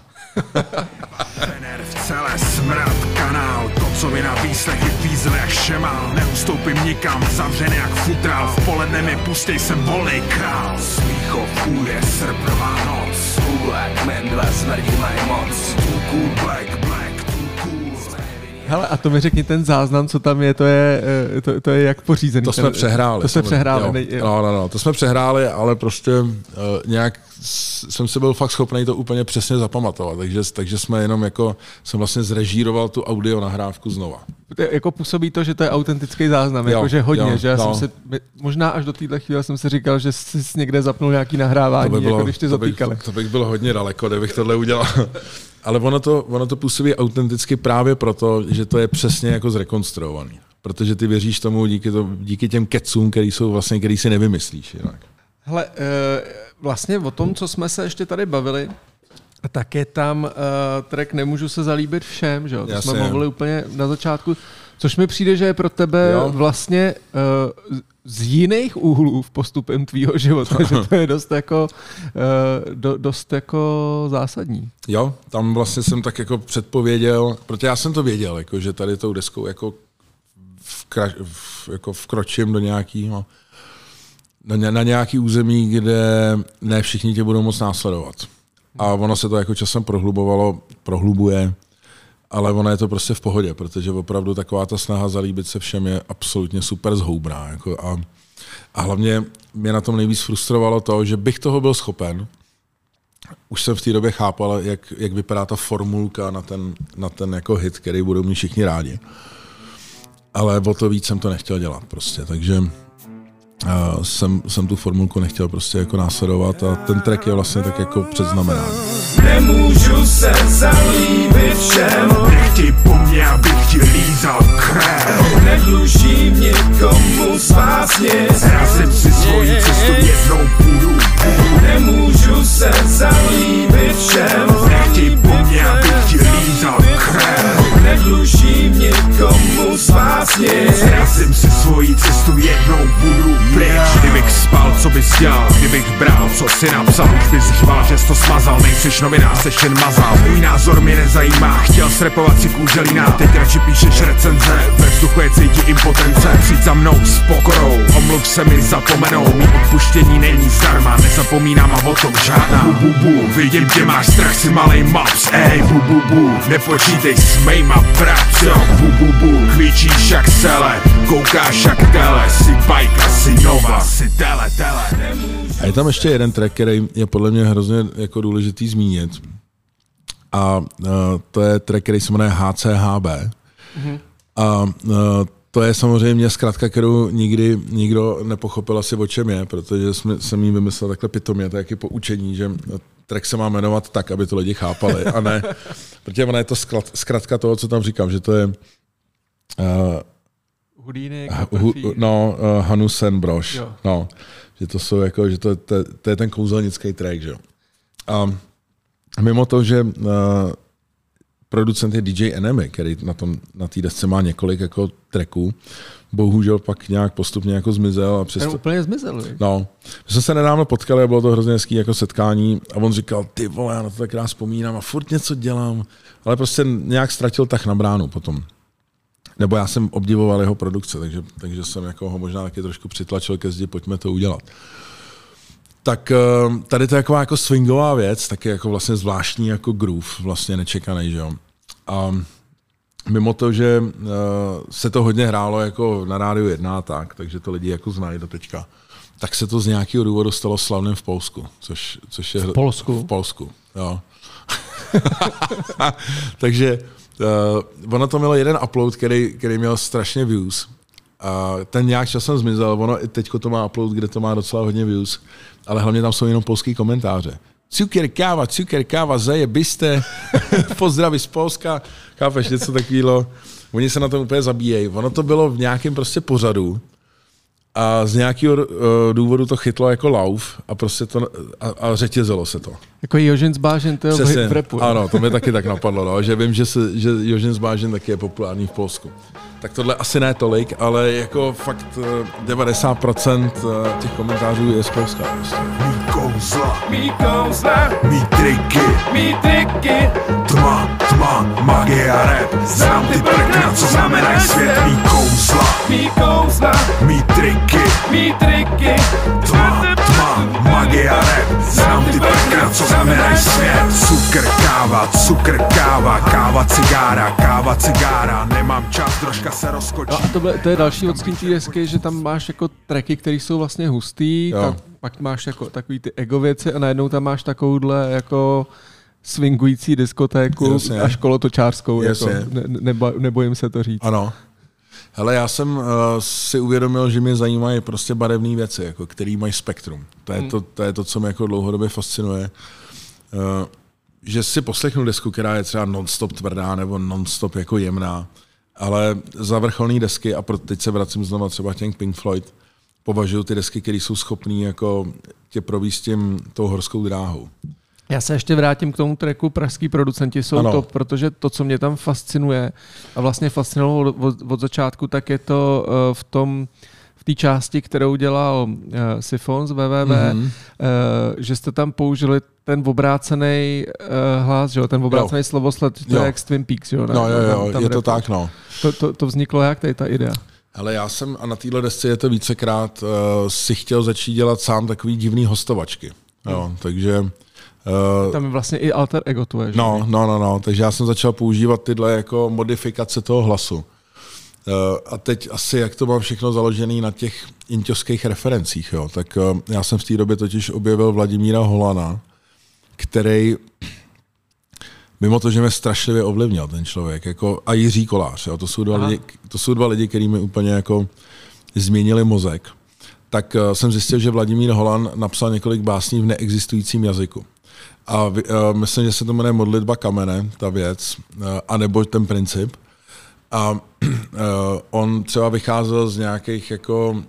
Trenér v celé smrad, kanál, to, co mi na výslechy vízl jak šemal. Neustoupím nikam, zavřený jak futral, v poledne mi pustej, jsem volnej král. Smíchov, úje, srpnová noc, Black Man dva smrdí mají moc. Too cool, black, black, too cool. Hele, a to mi řekni ten záznam, co tam je, to je, to, to je jak pořízený. To jsme přehráli. To jsme přehráli. Jo. Nej, jo. No, no, no, to jsme přehráli, ale prostě uh, nějak jsem si byl fakt schopný to úplně přesně zapamatovat, takže, takže jsme jenom jako, jsem vlastně zrežíroval tu audio nahrávku znova. To je, jako působí to, že to je autentický záznam, Jo, jakože hodně, jo, že já no. jsem si, možná až do téhle chvíle jsem si říkal, že jsi někde zapnul nějaký nahrávání, to by bylo, jako když ty to bych, zatýkali. to bych byl hodně daleko, kdybych tohle udělal. Ale ono to, ono to působí autenticky právě proto, že to je přesně jako zrekonstruovaný. Protože ty věříš tomu díky, to, díky těm kecům, který jsou vlastně, který si nevymyslíš jinak. Hele, vlastně o tom, co jsme se ještě tady bavili, tak je tam uh, track Nemůžu se zalíbit všem, že jo? To Jasně. jsme mluvili úplně na začátku, což mi přijde, že je pro tebe jo. vlastně uh, z jiných úhlů v postupem tvýho života, že to je dost jako, uh, do, dost jako zásadní. Jo, tam vlastně jsem tak jako předpověděl, protože já jsem to věděl, jako, že tady tou deskou jako, vkra, v, jako vkročím do nějakého na, na nějaký území, kde ne všichni tě budou moc následovat. A ono se to jako časem prohlubovalo, prohlubuje, ale ono je to prostě v pohodě, protože opravdu taková ta snaha zalíbit se všem je absolutně super zhoubná. Jako a, a hlavně mě na tom nejvíc frustrovalo to, že bych toho byl schopen. Už jsem v té době chápal, jak, jak vypadá ta formulka na ten, na ten jako hit, který budou mít všichni rádi. Ale o to víc jsem to nechtěl dělat prostě, takže Uh, jsem, jsem tu formulku nechtěl prostě jako následovat a ten track je vlastně tak jako předznamenán. Nemůžu se zalíbit všem, nechtěj po mně, abych ti lízal krev. Nedlužím nikomu z vás nic, razím si svoji cestu, jednou půjdu. Nemůžu se zalíbit všem, nechtěj po mně, abych ti lízal krev. Nedlužím nikomu z vás nic, razím si svoji cestu, jednou půjdu pryč. Kdybych spal, co bys dělal, kdybych bral, co si napsal, už bys chval, že jsi to smazal, nejseš novinář, seš jen mazal. Můj názor mě nezajímá, chtěl srepovat si kůželína, teď radši píšeš recenze, ve vzduchu je cítit impotence. Přijď za mnou s pokorou, omluv se mi zapomenou, mý odpuštění není zdarma, nezapomínám a o tom žádná. Bu, bu, bu, vidím, že máš strach, si malej maps, ej, bu, bu, bu, nepočítej s mejma praco, bu, bu, bu, klíčíš jak sele, koukáš jak tele, si bajka, si nova, si tele, tele. A je tam ještě jeden track, který je podle mě hrozně jako důležitý zmínit. A uh, to je track, který se jmenuje H C H B. Mm-hmm. A uh, to je samozřejmě zkratka, kterou nikdy nikdo nepochopil asi o čem je, protože jsme, jsem jí vymyslel takhle pitomě, to je jaký poučení, že track se má jmenovat tak, aby to lidi chápali, a ne, protože ona je to zkratka toho, co tam říkám, že to je uh, Hudínek, hu, no, uh, Hanusen Broš, no, že to jsou jako, že to, to, to je ten kouzelnický track, že jo. A mimo to, že uh, producent je D J Enemy, který na tom na té desce má několik jako tracků. Bohužel pak nějak postupně jako zmizel. A přesto... Ten úplně zmizel. Ne? No. My jsme se nedávno potkali a bylo to hrozně hezký jako setkání a on říkal, ty vole, já na to tak rád vzpomínám a furt něco dělám, ale prostě nějak ztratil tah na bránu potom. Nebo já jsem obdivoval jeho produkce, takže, takže jsem jako ho možná taky trošku přitlačil ke zdi, pojďme to udělat. Tak tady to je taková jako swingová věc, taky jako vlastně zvláštní jako groove, vlastně nečekaný, že jo. A mimo to, že se to hodně hrálo jako na Rádiu jedna a tak, takže to lidi jako znají do teďka, tak se to z nějakého důvodu stalo slavným v Polsku, což, což je... V Polsku? V Polsku, jo. Takže uh, ono to mělo jeden upload, který, který měl strašně views. A ten nějak časem zmizel, ono i teďko to má upload, kde to má docela hodně views, ale hlavně tam jsou jenom polský komentáře. Cukier, káva, cukier, káva, zajebiste, pozdraví z Polska, chápeš, něco takového. Oni se na tom úplně zabíjejí. Ono to bylo v nějakém prostě pořadu a z nějakého uh, důvodu to chytlo jako lauf a prostě to a, a řetězilo se to. Jako Jožin Zbážen, to je v repu. Ano, to mě taky tak napadlo, no, že vím, že, se, že Jožin Zbážen taky je populární v Polsku. Tak tohle asi ne tolik, ale jako fakt devadesát procent těch komentářů je z Polska. Prostě. Mí kouzla, mí kouzla, mí triky, mí triky, tma, tma, magie a rap, znám ty prkna, co znamenají svět. Mí kouzla, mí kouzla, mí triky, mí triky, tma, tma, magie a rap, znám ty prkna, co znamenají svět. Cukr, káva, cukr, káva, káva, cigára, káva, cigára, nemám čas, troška se rozkočí. No a to, to je další odstín té desky, že tam máš jako tracky, které jsou vlastně hustý, tak, pak máš jako takový ty ego věci a najednou tam máš takovouhle jako swingující diskotéku Jasně. až kolotočářskou, jako, Jasně. ne, neba, nebojím se to říct. Ano. Hele, já jsem uh, si uvědomil, že mě zajímají prostě barevné věci, jako, které mají spektrum. To je, hmm. to, to je to, co mě jako dlouhodobě fascinuje. Uh, že si poslechnu desku, která je třeba non-stop tvrdá nebo non-stop jako jemná, ale za vrcholné desky, a teď se vracím znova třeba těm Pink Floyd, považuji ty desky, které jsou schopné jako tě províst tím tou horskou dráhou. Já se ještě vrátím k tomu tracku Pražský producenti jsou ano. to, protože to, co mě tam fascinuje a vlastně fascinovalo od, od, od začátku, tak je to uh, v tom v té části, kterou dělal uh, Sifon z W W W, mm-hmm. uh, že jste tam použili ten obrácený uh, hlas, že? Ten obrácený slovosled, to jo. je jak z Twin Peaks. Jo? No jo, jo, tam, tam je to tak, no. To, to, to vzniklo jak, tady ta idea? Ale já jsem, a na téhle desce je to vícekrát, uh, si chtěl začít dělat sám takový divný hostovačky. Jo, mm. takže... Uh, tam je vlastně i alter ego tvoje, že? No, no, no, no, takže já jsem začal používat tyhle jako modifikace toho hlasu. Uh, a teď asi, jak to mám všechno založené na těch inťovských referencích, jo, tak uh, já jsem v té době totiž objevil Vladimíra Holana, který, mimo to, že mě strašlivě ovlivnil ten člověk, jako, a Jiří Kolář, jo, to jsou dva lidi, to jsou dva lidi, kteří mi úplně jako změnili mozek, tak uh, jsem zjistil, že Vladimír Holan napsal několik básní v neexistujícím jazyku. A uh, myslím, že se to jmenuje Modlitba kamene, ta věc, uh, anebo ten princip. A uh, on třeba vycházel z nějakých jako uh,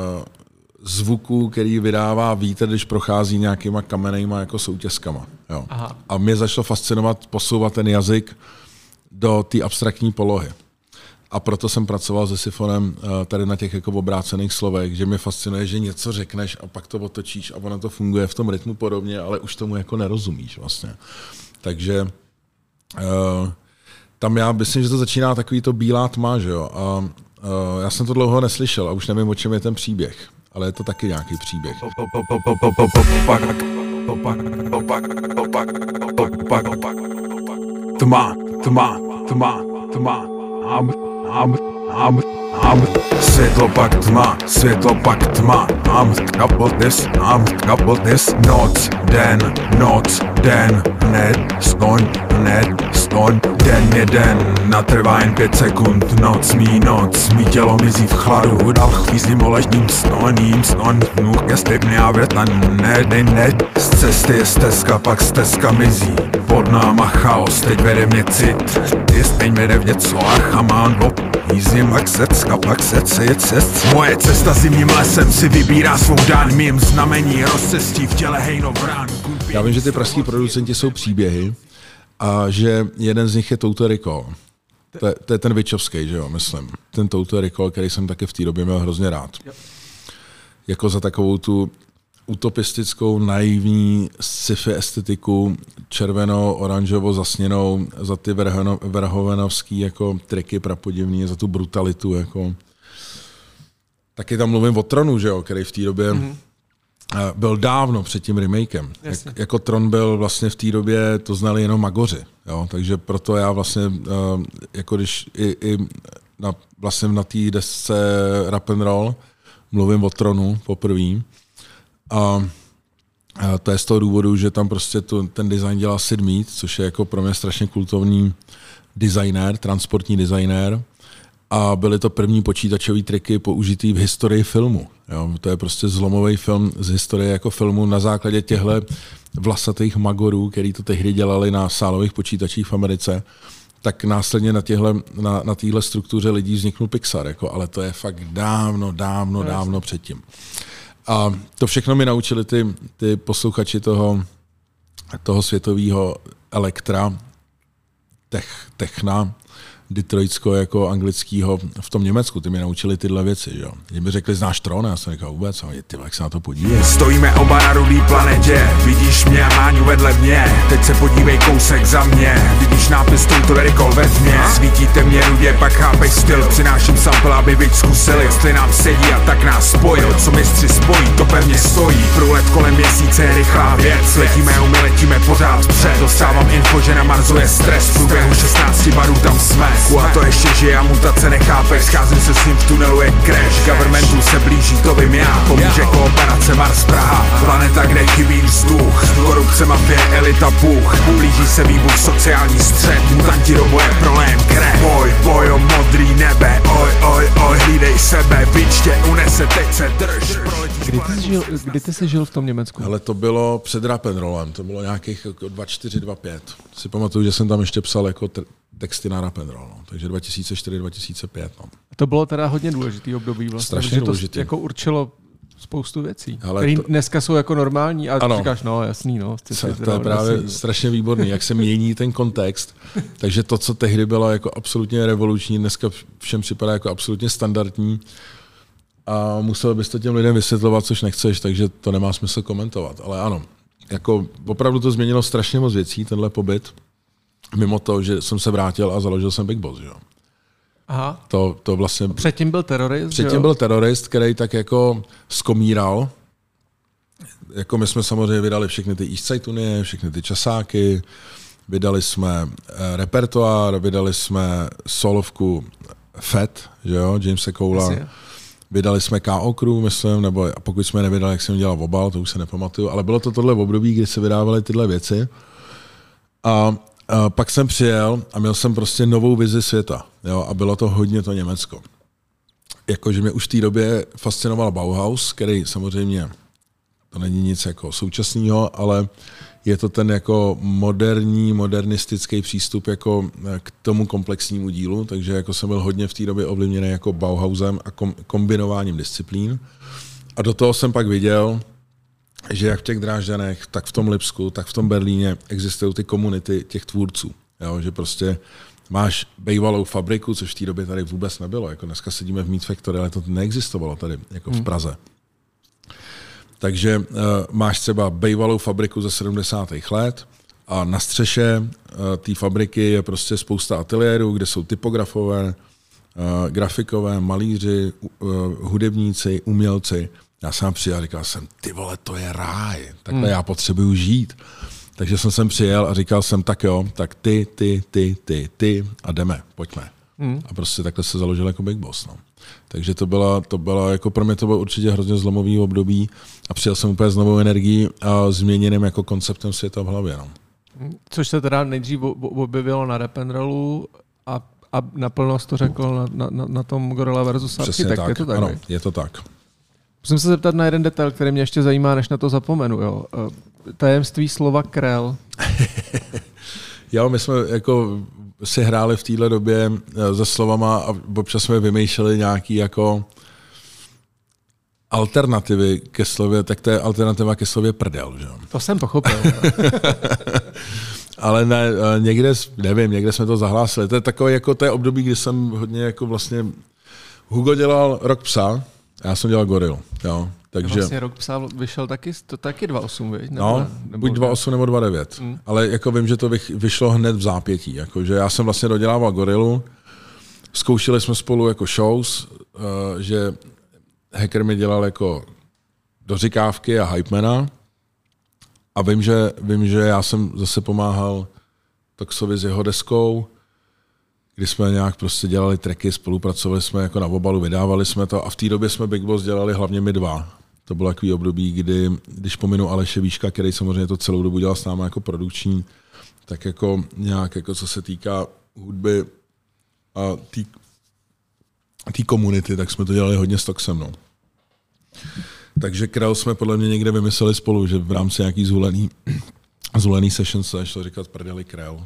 zvuků, který vydává vítr, když prochází nějakýma kamennýma jako soutězkama. Jo. A mě začalo fascinovat posouvat ten jazyk do té abstraktní polohy. A proto jsem pracoval se Sifonem tady na těch jako obrácených slovech, že mě fascinuje, že něco řekneš a pak to otočíš a ono to funguje v tom rytmu podobně, ale už tomu jako nerozumíš vlastně. Takže uh, tam já myslím, že to začíná takový to bílá tma, že jo. A uh, já jsem to dlouho neslyšel a už nevím, o čem je ten příběh, ale je to taky nějaký příběh. Tma, tma, tma, tma, am, am, am, am. Světlo pak tma, světlo pak tma, am, kapotes, am, kapotes. Noc, den, noc, den, hned, stoň, hned, stoň. Den je den, natrvá jen pět sekund. Noc, mý noc, mý tělo mizí v chladu. Dal chvízím oležním snoním, snon, vnuch, jestli a věta, ne, ne, ne. Z cesty je stezka, pak stezka mizí. Pod náma chaos, teď vede mě cit. Jestli vede v něco a chamán op. Jízdím pak secka, pak sece je cest. Moje cesta zimním lesem si vybírá svou dán. Mým znamení rozcestí v těle hejno vrán. Já vím, že ty pražský producenti jsou příběhy a že jeden z nich je Total Recall. To je, to je ten Witchovský, že jo, myslím. Ten Total Recall, který jsem taky v té době měl hrozně rád. Jo. Jako za takovou tu utopistickou, naivní sci-fi estetiku, červenou, oranžovo zasněnou, za ty verhovenovský jako triky prapodivný, za tu brutalitu. Jako. Taky tam mluvím o Tronu, že jo, který v té době mm-hmm. byl dávno před tím remakem. Jak, jako Tron byl vlastně v té době, to znali jenom magoři. Jo? Takže proto já vlastně, jako když i, i na, vlastně na té desce Rap and Roll mluvím o Tronu poprvé. A, a to je z toho důvodu, že tam prostě tu, ten design dělá Sid Mead, což je jako pro mě strašně kultovní designér, transportní designér. A byly to první počítačové triky použitý v historii filmu. Jo, to je prostě zlomový film z historie jako filmu na základě těchto vlasatých magorů, který to tehdy dělali na sálových počítačích v Americe. Tak následně na, těhle, na, na téhle struktuře lidí vzniknul Pixar. Jako, ale to je fakt dávno, dávno, dávno předtím. A to všechno mi naučili ty, ty posluchači toho, toho světového elektra, tech, techna, detroitsko jako anglického v tom Německu, ty mi naučili tyhle věci, jo. Když mi řekli, znáš Tron, já jsem říkal vůbec, ale ty, jak se na to podívej. Stojíme oba na rudý planetě, vidíš mě a Máňu vedle mě, teď se podívej kousek za mě, vidíš nápis Total Recall ve tmě, svítíte mě rudě, pak chápej styl, přináším sample, aby víc zkusili, jestli nám sedí a tak nás spojil, co mistři spojí, to pevně stojí, průlet kolem měsíce je rychlá věc, letíme a my letíme pořád před, dostávám info, že na Marsu je stres, v průběhu šestnácti barů tam jsme. A to ještě žije a mutace nechápeš, scházím se s ním v tunelu je crash, governmentu se blíží, to vím já, pomůže kooperace Mars Praha, planeta, kde chybí vzduch, korupce, mafie, elita, puch, blíží se výbuch, sociální střed, mutanti do boje, prolém krev, boj, boj o modrý nebe, oj, oj, oj, hlídej sebe, bič tě unese, teď se drž. Kdy ty jsi žil, kdy ty jsi žil v tom Německu? Ale to bylo před Rap and Rollem, to bylo nějakých jako dva čtyři, dva pět. Si pamatuju, že jsem tam ještě psal jako tr- texty na Rap and Roll, no. Takže dva tisíce čtyři dva tisíce pět. No. To bylo teda hodně důležitý období vlastně, strašně důležitý. To jako určilo spoustu věcí, které to... dneska jsou jako normální a ano. říkáš, no jasný, no. To, to je právě jasný. Strašně výborný, jak se mění ten kontext. Takže to, co tehdy bylo jako absolutně revoluční, dneska všem připadá jako absolutně standardní a musel bys to těm lidem vysvětlovat, což nechceš, takže to nemá smysl komentovat. Ale ano, jako opravdu to změnilo strašně moc věcí, tenhle pobyt. Mimo to, že jsem se vrátil a založil jsem Big Boss, jo. Aha. To, to vlastně... Předtím byl terorist, Předtím jo? byl terorist, který tak jako skomíral. Jako my jsme samozřejmě vydali všechny ty East Side Unie, všechny ty časáky, vydali jsme eh, repertoár, vydali jsme solovku Fat, že jo, Jamesa Cola. Vydali jsme K O Crew, myslím, nebo pokud jsme nevydali, jak jsem dělal obal, to už se nepamatuju, ale bylo to tohle období, kdy se vydávaly tyhle věci. A A pak jsem přijel a měl jsem prostě novou vizi světa. Jo, a bylo to hodně to Německo. Jakože mě už v té době fascinoval Bauhaus, který samozřejmě, to není nic jako současného, ale je to ten jako moderní, modernistický přístup jako k tomu komplexnímu dílu, takže jako jsem byl hodně v té době ovlivněný jako Bauhausem a kombinováním disciplín. A do toho jsem pak viděl, že jak v těch Drážďanech, tak v tom Lipsku, tak v tom Berlíně existují ty komunity těch tvůrců. Jo? Že prostě máš bejvalou fabriku, což v té době tady vůbec nebylo. Jako dneska sedíme v Meat Factory, ale to neexistovalo tady jako v Praze. Takže uh, máš třeba bejvalou fabriku ze sedmdesátých let a na střeše uh, té fabriky je prostě spousta ateliérů, kde jsou typografové, uh, grafikové, malíři, uh, hudebníci, umělci. Já jsem přijel a říkal jsem, ty vole, to je ráj, takhle hmm. já potřebuju žít. Takže jsem sem přijel a říkal jsem, tak jo, tak ty, ty, ty, ty, ty a jdeme, pojďme. Hmm. A prostě takhle se založil jako Big Boss. No. Takže to byla, to byla, jako pro mě to bylo určitě hrozně zlomový období a přijel jsem úplně s novou energií a změněným jako konceptem světa v hlavě. No. Což se teda nejdřív objevilo na Rap and Rollu a, a naplno to řekl na, na, na tom Gorilla versus. Přesně tak, je to tak, ano, je to tak. Musím se zeptat na jeden detail, který mě ještě zajímá, než na to zapomenu. Jo. Tajemství slova krel. Jo, my jsme jako si hráli v téhle době se slovama a občas jsme vymýšleli nějaký jako alternativy ke slově, tak to je alternativa ke slově prdel. Že? To jsem pochopil. Ale ne, někde, nevím, někde jsme to zahlásili. To je takové jako té období, kdy jsem hodně jako vlastně... Hugo dělal Rok psa, já jsem dělal Goril, jo. Takže... Vlastně Rok psa vyšel taky, to taky dva osm, viď? Nebo, no, nebo buď dva osm nebo dva devět. Mm. Ale jako vím, že to vyšlo hned v zápětí. Jakože já jsem vlastně dodělával Gorilu, zkoušeli jsme spolu jako shows, uh, že Hacker mi dělal jako doříkávky a hypemana. A vím že, vím, že já jsem zase pomáhal Toxovi s jeho deskou, kdy jsme nějak prostě dělali tracky, spolupracovali jsme jako na obalu, vydávali jsme to a v té době jsme Big Boss dělali hlavně my dva. To bylo takový období, kdy, když pominu Aleše Víška, který samozřejmě to celou dobu dělal s námi jako produkční, tak jako nějak, jako co se týká hudby a té komunity, tak jsme to dělali hodně s Toxem. No. Takže Krell jsme podle mě někde vymysleli spolu, že v rámci nějaký zhulený, zhulený session se začalo říkat prdeli Krell.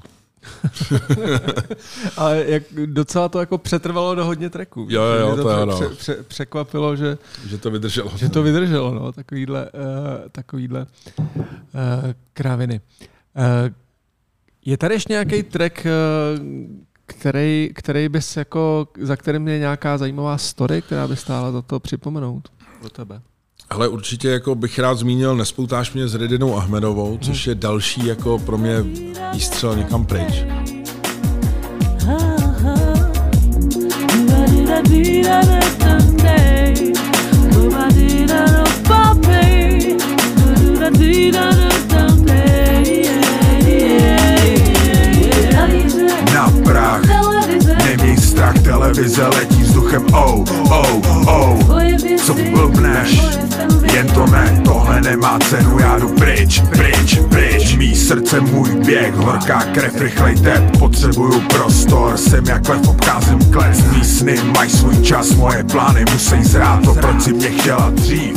Ale jak docela to jako přetrvalo do hodně tracků. Jo, jo, to, to je, no. pře, pře, překvapilo, že, že to vydrželo. Že to vydrželo, no, takovýhle, uh, takovýhle uh, kráviny. Uh, je tady ještě nějaký track, uh, který, který bys jako, za kterým je nějaká zajímavá story, která by stála za to připomenout do tebe? Ale určitě jako bych rád zmínil Nespoutáš mě s Ridinou Ahmedovou, což je další jako pro mě výstřel někam pryč. Na prach, neměj strach, televize letí vzduchem, oh, oh, oh. Co blbneš, jen to ne, tohle nemá cenu, já jdu pryč, pryč, pryč. Mý srdce, můj běh, horká krev, rychlej tep, potřebuju prostor, jsem jak lev, obcházím klec. Mý sny mají svůj čas, moje plány musí zrát, to proč si mě chtěla dřív.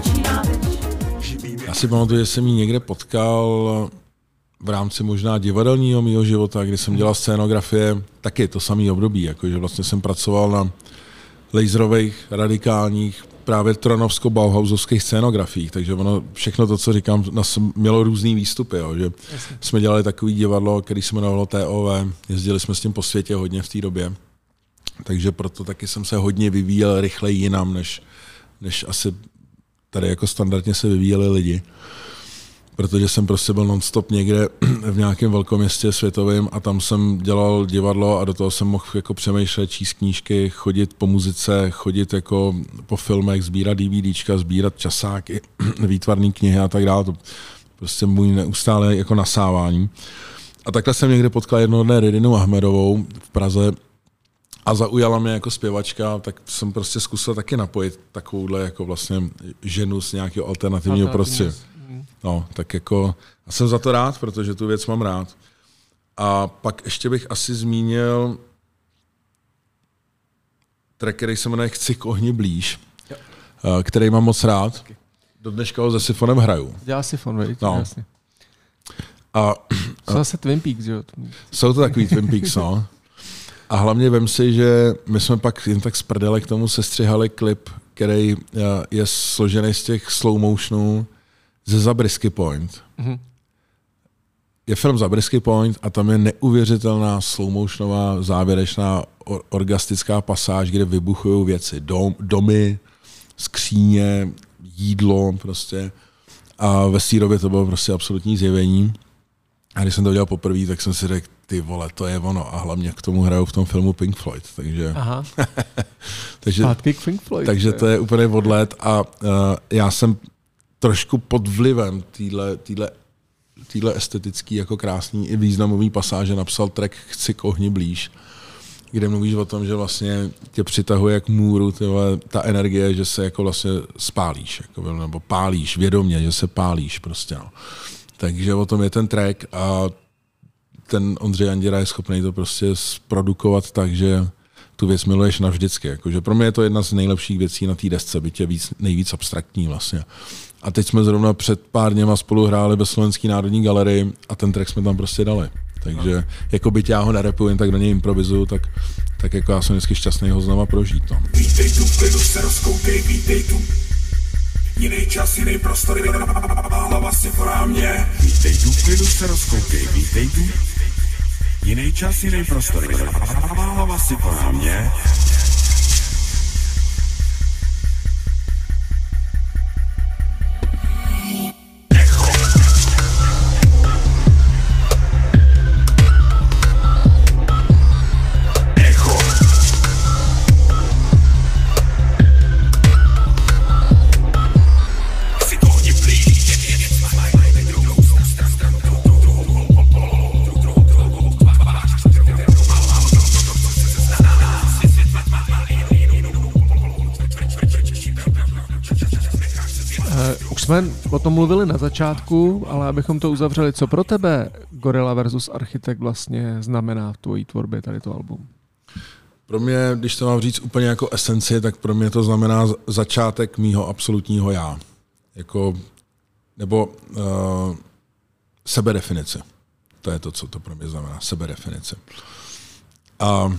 Já si pamatuju, že jsem ji někde potkal v rámci možná divadelního mýho života, kdy jsem dělal scénografie, taky to samý období, jakože vlastně jsem pracoval na laserových, radikálních, právě tronovsko-bauhausovských scénografiích, takže ono, všechno to, co říkám, nás mělo různý výstupy, jo, že Jasně. jsme dělali takový divadlo, který se jmenovalo T O V, jezdili jsme s tím po světě hodně v té době, takže proto taky jsem se hodně vyvíjel rychleji jinam, než, než asi tady jako standardně se vyvíjeli lidi. Protože jsem prostě byl non-stop někde v nějakém velkoměstě světovém a tam jsem dělal divadlo a do toho jsem mohl jako přemýšlet, číst knížky, chodit po muzice, chodit jako po filmech, sbírat DVDčka, sbírat časáky, výtvarné knihy a tak dále. To prostě můj neustále jako nasávání. A takhle jsem někde potkal jednoho dne Ridinu Ahmedovou v Praze a zaujala mě jako zpěvačka, tak jsem prostě zkusil taky napojit takovouhle jako vlastně ženu z nějakého alternativního prostředí. No, tak jako, já jsem za to rád, protože tu věc mám rád. A pak ještě bych asi zmínil track, který se jmenuje Chci k ohni blíž, jo. který mám moc rád. Do dneška ho se Sifonem hraju. Dělá Sifon, veď? No. Jasně. A, jsou zase Twin Peaks, jo? Jsou to takový Twin Peaks, no. A hlavně vem si, že my jsme pak jen tak z prdele k tomu sestřihali klip, který je složený z těch slow motionů ze Zabriskie Point. Mm-hmm. Je film Zabriskie Point a tam je neuvěřitelná slowmotionová závěrečná or- orgastická pasáž, kde vybuchují věci. Dom, domy, skříně, jídlo prostě. A ve té době to bylo prostě absolutní zjevení. A když jsem to udělal poprvé, tak jsem si řekl, ty vole, to je ono. A hlavně k tomu hrajou v tom filmu Pink Floyd. Takže, Aha. takže, Zpátky k Pink Floyd. takže to je úplně odlet. A uh, já jsem trošku pod vlivem téhle estetický, jako krásný i významový pasáže napsal track Chci k ohni blíž, kde mluvíš o tom, že vlastně tě přitahuje jak můru tyhle, ta energie, že se jako vlastně spálíš, jako, nebo pálíš vědomě, že se pálíš prostě. No. Takže o tom je ten track a ten Ondřej Anděra je schopný to prostě zprodukovat tak, že tu věc miluješ navždycky. Jakože pro mě je to jedna z nejlepších věcí na té desce, byť je víc, nejvíc abstraktní vlastně. A teď jsme zrovna před pár dněma spolu hráli ve Slovenské národní galerii a ten track jsme tam prostě dali. Takže jako byť já ho nerepuju, jen tak do něj improvizuju, tak, tak jako já jsem vždycky šťastný ho znova prožít. No. Vítej tu, klidu se rozkoukej, vítej tu. Jiný čas, jiný prostor, hlava si porá mě. Vítej tu, klidu se rozkoukej, vítej tu. Jiný čas, jiný prostor, hlava si porá mě. Jsme o tom mluvili na začátku, ale abychom to uzavřeli, co pro tebe Gorilla versus Architekt vlastně znamená v tvojí tvorbě tady to album? Pro mě, když to mám říct úplně jako esenci, tak pro mě to znamená začátek mýho absolutního já. Jako, nebo uh, sebedefinice. To je to, co to pro mě znamená. Sebedefinice. A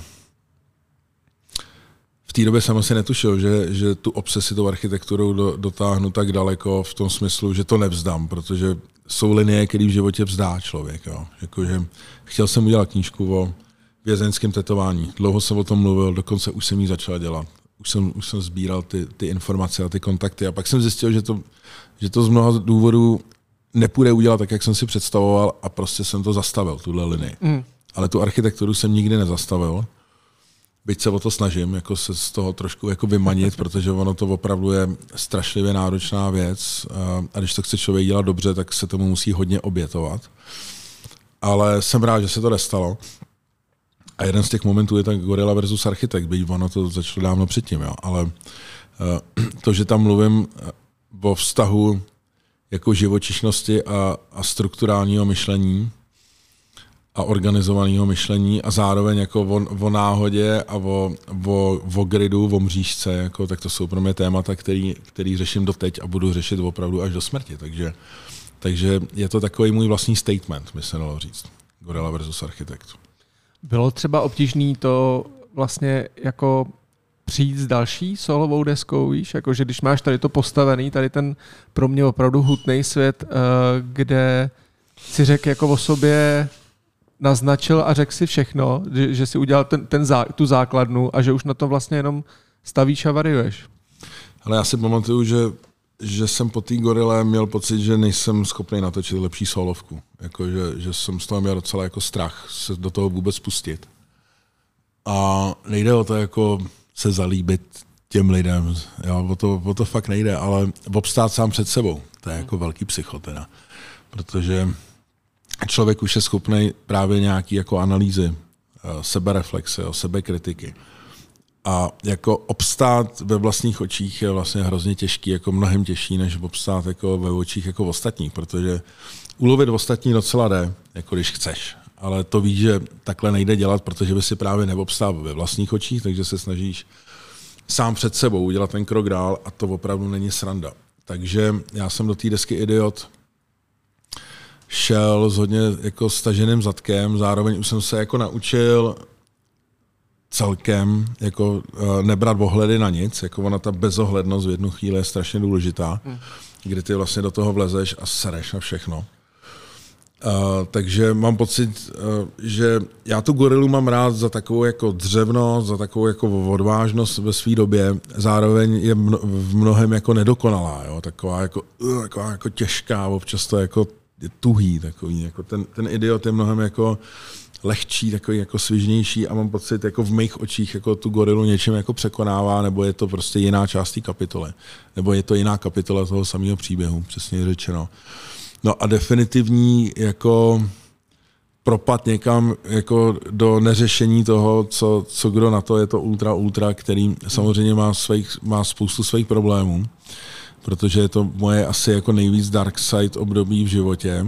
v té době jsem asi netušil, že, že tu obsesi tou architekturou do, dotáhnu tak daleko v tom smyslu, že to nevzdám, protože jsou linie, které v životě vzdá člověk. Jo. Jakože chtěl jsem udělat knížku o vězeňském tetování. Dlouho jsem o tom mluvil, dokonce už jsem ji začal dělat. Už jsem, už jsem sbíral ty, ty informace a ty kontakty a pak jsem zjistil, že to, že to z mnoha důvodů nepůjde udělat tak, jak jsem si představoval a prostě jsem to zastavil, tuhle linii. Mm. Ale tu architekturu jsem nikdy nezastavil. Byť se o to snažím, jako se z toho trošku jako vymanit, protože ono to opravdu je strašlivě náročná věc a když to chce člověk dělat dobře, tak se tomu musí hodně obětovat. Ale jsem rád, že se to nestalo. A jeden z těch momentů je tak Gorilla versus Architekt, byť ono to začalo dávno předtím, jo. Ale to, že tam mluvím o vztahu jako živočišnosti a, a strukturálního myšlení, a organizovaného myšlení a zároveň jako o, o náhodě a o, o, o gridu, o mřížce, jako, tak to jsou pro mě témata, který, který řeším doteď a budu řešit opravdu až do smrti. Takže, takže je to takový můj vlastní statement, by se dalo říct. Gorilla versus Architekt. Bylo třeba obtížný to vlastně jako přijít s další solovou deskou, víš? Jako, že když máš tady to postavený, tady ten pro mě opravdu hutný svět, kde si řekl jako o sobě naznačil a řekl si všechno, že, že si udělal ten, ten zá, tu základnu a že už na to vlastně jenom stavíš a variuješ. Ale já si pamatuju, že, že jsem po té Gorile měl pocit, že nejsem schopný natočit lepší solovku. Jako, že, že jsem z toho měl docela jako strach se do toho vůbec pustit. A nejde o to jako se zalíbit těm lidem. Jo, o, to, o to fakt nejde, ale obstát sám před sebou. To je jako velký psycho teda. Protože člověk už je schopný právě nějaký jako analýzy, sebereflexe, sebekritiky. A jako obstát ve vlastních očích je vlastně hrozně těžký, jako mnohem těžší, než obstát jako ve očích jako ostatních, protože ulovit ostatní docela jde, jako když chceš. Ale to víš, že takhle nejde dělat, protože by si právě neobstál ve vlastních očích, takže se snažíš sám před sebou udělat ten krok dál a to opravdu není sranda. Takže já jsem do té desky Idiot šel s hodně jako staženým zadkem, zároveň už jsem se jako naučil celkem jako nebrat ohledy na nic, jako ona ta bezohlednost v jednu chvíli je strašně důležitá, hmm. kdy ty vlastně do toho vlezeš a sereš na všechno. Uh, takže mám pocit, uh, že já tu Gorilu mám rád za takovou jako dřevnost, za takovou jako odvážnost ve své době, zároveň je mno, v mnohem jako nedokonalá, jo? Taková, jako, uh, taková jako těžká, občas to jako je tuhý, takový, jako ten, ten Idiot je mnohem jako lehčí, takový jako svižnější a mám pocit, jako v mých očích jako tu Gorilu něčím jako překonává, nebo je to prostě jiná část té kapitoly, nebo je to jiná kapitola toho samého příběhu, přesně řečeno. No a definitivní jako propad někam jako do neřešení toho, co, co kdo na to, je to ultra ultra, který samozřejmě má, svých, má spoustu svých problémů, protože je to moje asi jako nejvíc dark side období v životě.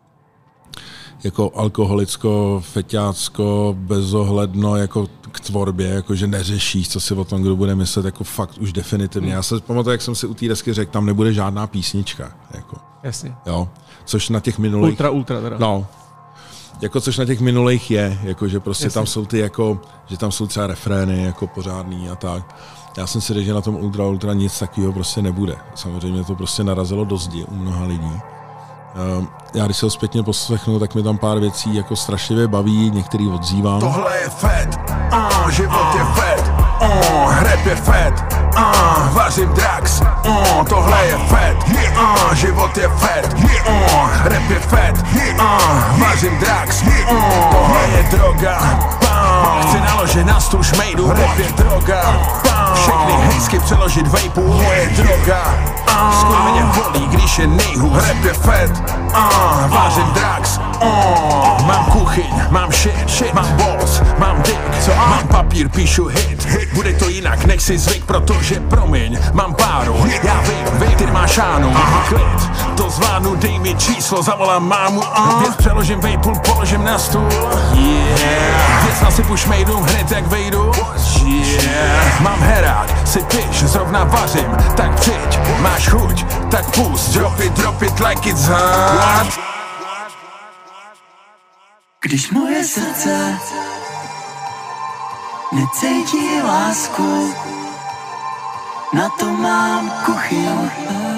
Jako alkoholicko, feťácko, bezohledno jako k tvorbě, jako že neřešíš, co si o tom kdo bude myslet, jako fakt už definitivně. Já se pamatuju, jak jsem si u té desky řekl, tam nebude žádná písnička. Jako. Jasně. Jo. Což na těch minulých... Ultra, ultra teda. No. jako což na těch minulých je, jako že prostě Jasně. tam jsou ty jako, že tam jsou třeba refrény jako pořádný a tak. Já jsem si řekl, že na tom Ultra Ultra nic takového prostě nebude. Samozřejmě to prostě narazilo do zdi u mnoha lidí. Já když se ho zpětně poslechnu, tak mi tam pár věcí jako strašlivě baví, některý odzývám. Tohle je fed, uh, život je fed, uh, rap je fed, uh, vařím drugs, uh, tohle je fed, uh, život je fed, uh, rap je fed, uh, vařím drugs, uh, tohle je droga, uh, chci naložit na stůl šmejdu, rap je droga, uh, všechny hejsky přeložit vejpu, je droga, uh, skoro mě bolí, když je nejhůř, rap je fed, uh, vařím drugs, uh, mám kuchyň, mám shit, shit, mám balls, mám dick, co? Mám papír, píšu hit, hit, bude to jinak, nech si zvyk, protože promiň, mám páru, já vím, vím, ty máš ánu, klid, to zvánu, dej mi číslo, zavolám mámu, uh. Věc přeložím vejpůl, položím na stůl, yeah, věc nasypu šmejdům, hned jak vejdu, yeah, mám herák, si piš, zrovna vařím, tak přijď, máš chuť, tak pust, drop it, drop it like it's hot. Když moje srdce necítí lásku, na to mám kuchyň,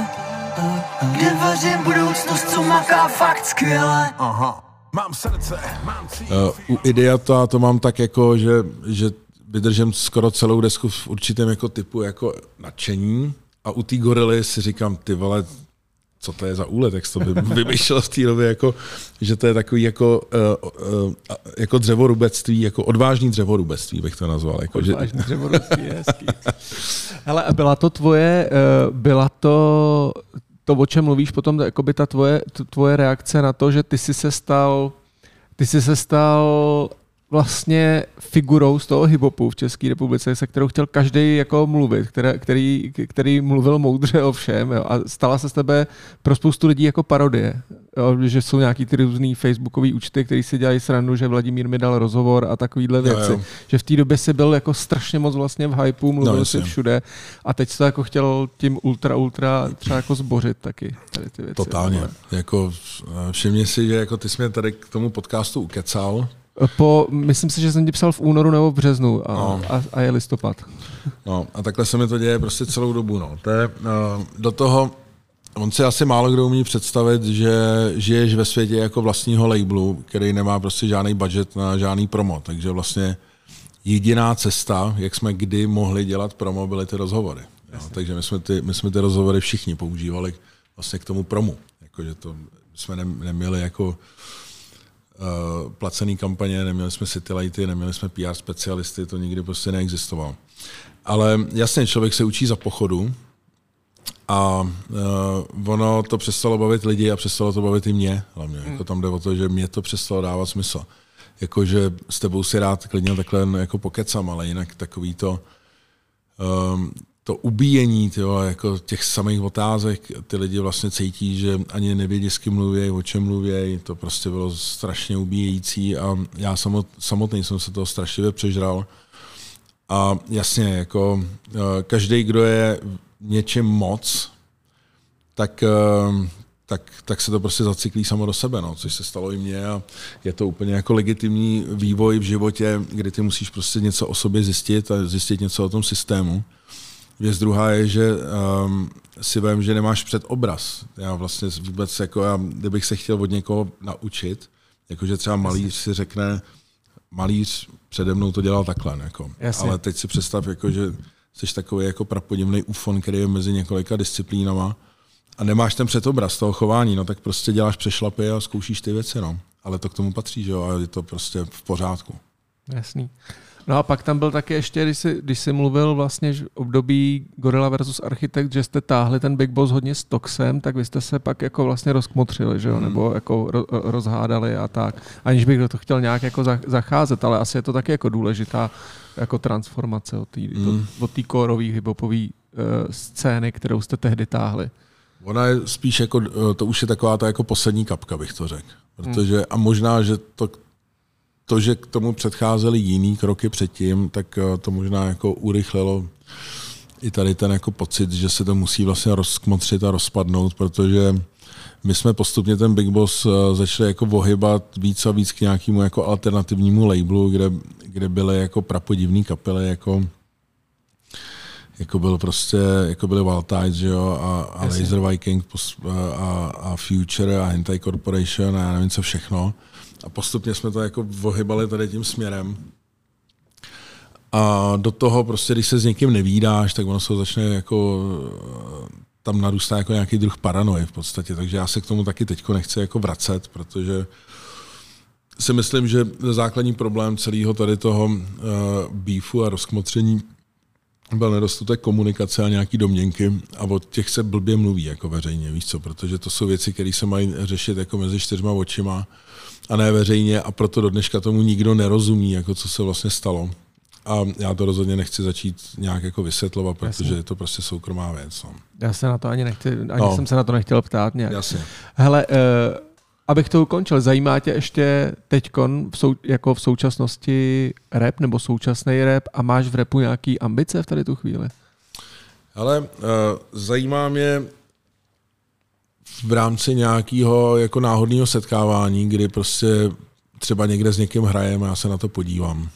kde vařím budoucnost, co maká fakt skvěle. Aha. Mám srdce, mám cít. Uh, u Idiota to mám tak jako, že, že vydržím skoro celou desku v určitém jako typu jako nadšení a u té Gorily si říkám, ty vole, co to je za úlet, jak jsi to vymýšlel v té době, jako, že to je takový jako, uh, uh, jako dřevorubectví, jako odvážný dřevorubectví bych to nazval. Jako, odvážný že... dřevorubectví je hezký. Hele, a byla to tvoje, uh, byla to, to, o čem mluvíš potom, jakoby ta tvoje, tvoje reakce na to, že ty jsi se stal, ty jsi se stal vlastně figurou z toho hip-hopu v České republice, se kterou chtěl každý jako mluvit, který, který, který mluvil moudře o všem, jo, a stala se z tebe pro spoustu lidí jako parodie, jo, že jsou nějaký ty různý facebookový účty, který si dělají srandu, že Vladimír mi dal rozhovor a takovýhle věci, jo, jo. Že v té době si byl jako strašně moc vlastně v hypeu, mluvil no, si všude a teď jsi to jako chtěl tím ultra ultra třeba jako zbořit taky tady ty věci. Totálně, jako všimni si, že jako ty jsi mě tady k tomu podcastu ukecal. Po, myslím si, že jsem ti psal v únoru nebo v březnu a, no. a, a je listopad. No a takhle se mi to děje prostě celou dobu. No. To je, uh, do toho, on si asi málo kdo umí představit, že žiješ ve světě jako vlastního labelu, který nemá prostě žádný budget na žádný promo, takže vlastně jediná cesta, jak jsme kdy mohli dělat promo, byly ty rozhovory. Jo. Takže my jsme ty, my jsme ty rozhovory všichni používali vlastně k tomu promu. Jakože to jsme ne, neměli jako Uh, placený kampaně, neměli jsme citylighty, neměli jsme P R specialisty, to nikdy prostě neexistovalo. Ale jasně, člověk se učí za pochodu a uh, ono to přestalo bavit lidi a přestalo to bavit i mě. Hlavně. Mm. Jako tam jde o to, že mě to přestalo dávat smysl. Jakože s tebou si rád klidně takhle jako pokecam, ale jinak takový to um, to ubíjení tyjo, jako těch samých otázek, ty lidi vlastně cítí, že ani nevědí, s kým mluví, o čem mluví, to prostě bylo strašně ubíjející a já samot, samotný jsem se toho strašlivě přežral. A jasně, jako každý, kdo je něčem moc, tak, tak, tak se to prostě zacyklí samo do sebe, no, což se stalo i mně a je to úplně jako legitimní vývoj v životě, kdy ty musíš prostě něco o sobě zjistit a zjistit něco o tom systému. Věc druhá je, že um, si vím, že nemáš předobraz. Já vlastně vůbec, jako já, kdybych se chtěl od někoho naučit, jakože třeba malíř si řekne, malíř přede mnou to dělal takhle, jako. Ale teď si představ, jako, že jsi takový jako prapodivný ufon, který je mezi několika disciplínama a nemáš ten předobraz toho chování, no tak prostě děláš přešlapy a zkoušíš ty věci, no. Ale to k tomu patří, že jo, a je to prostě v pořádku. Jasný. No a pak tam byl taky ještě, když jsi, když jsi mluvil vlastně v období Gorilla versus Architekt, že jste táhli ten Big Boss hodně s Toxem, tak vy jste se pak jako vlastně rozkmotřili, že jo, nebo jako ro, rozhádali a tak. Aniž bych do toho chtěl nějak jako zacházet, ale asi je to taky jako důležitá jako transformace od té mm. od té kórové hiphopové uh, scény, kterou jste tehdy táhli. Ona je spíš jako, to už je taková ta jako poslední kapka, bych to řekl. Protože, a možná, že to To, že k tomu předcházely jiný kroky předtím, tak to možná jako urychlilo i tady ten jako pocit, že se to musí vlastně rozkmotřit a rozpadnout, protože my jsme postupně ten Big Boss začali jako ohybat víc a víc k nějakému jako alternativnímu labelu, kde, kde byly jako prapodivný kapely, jako jako byl prostě, jako byly Wild Tides, že jo, a, a Laser Viking a, a Future a Hentai Corporation a já nevím co všechno. A postupně jsme to jako ohybali tady tím směrem. A do toho prostě, když se s někým nevídáš, tak ono se začne jako, tam narůstá jako nějaký druh paranoje v podstatě, takže já se k tomu taky teďko nechci jako vracet, protože si myslím, že základní problém celého tady toho uh, beefu a rozkmotření byl nedostatek komunikace a nějaký domněnky a od těch se blbě mluví jako veřejně, víš co, protože to jsou věci, které se mají řešit jako mezi čtyřma očima a ne veřejně a proto do dneška tomu nikdo nerozumí, jako co se vlastně stalo. A já to rozhodně nechci začít nějak jako vysvětlovat, protože Jasně. je to prostě soukromá věc. No. Já se na to ani nechci, ani no. jsem se na to nechtěl ptát nějak. Jasně. Hele, uh, abych to ukončil, zajímá tě ještě teďkon v sou, jako v současnosti rap nebo současný rap a máš v rapu nějaký ambice v tady tu chvíli? Ale uh, zajímá mě v rámci nějakého jako náhodného setkávání, kdy prostě třeba někde s někým hrajeme a já se na to podívám.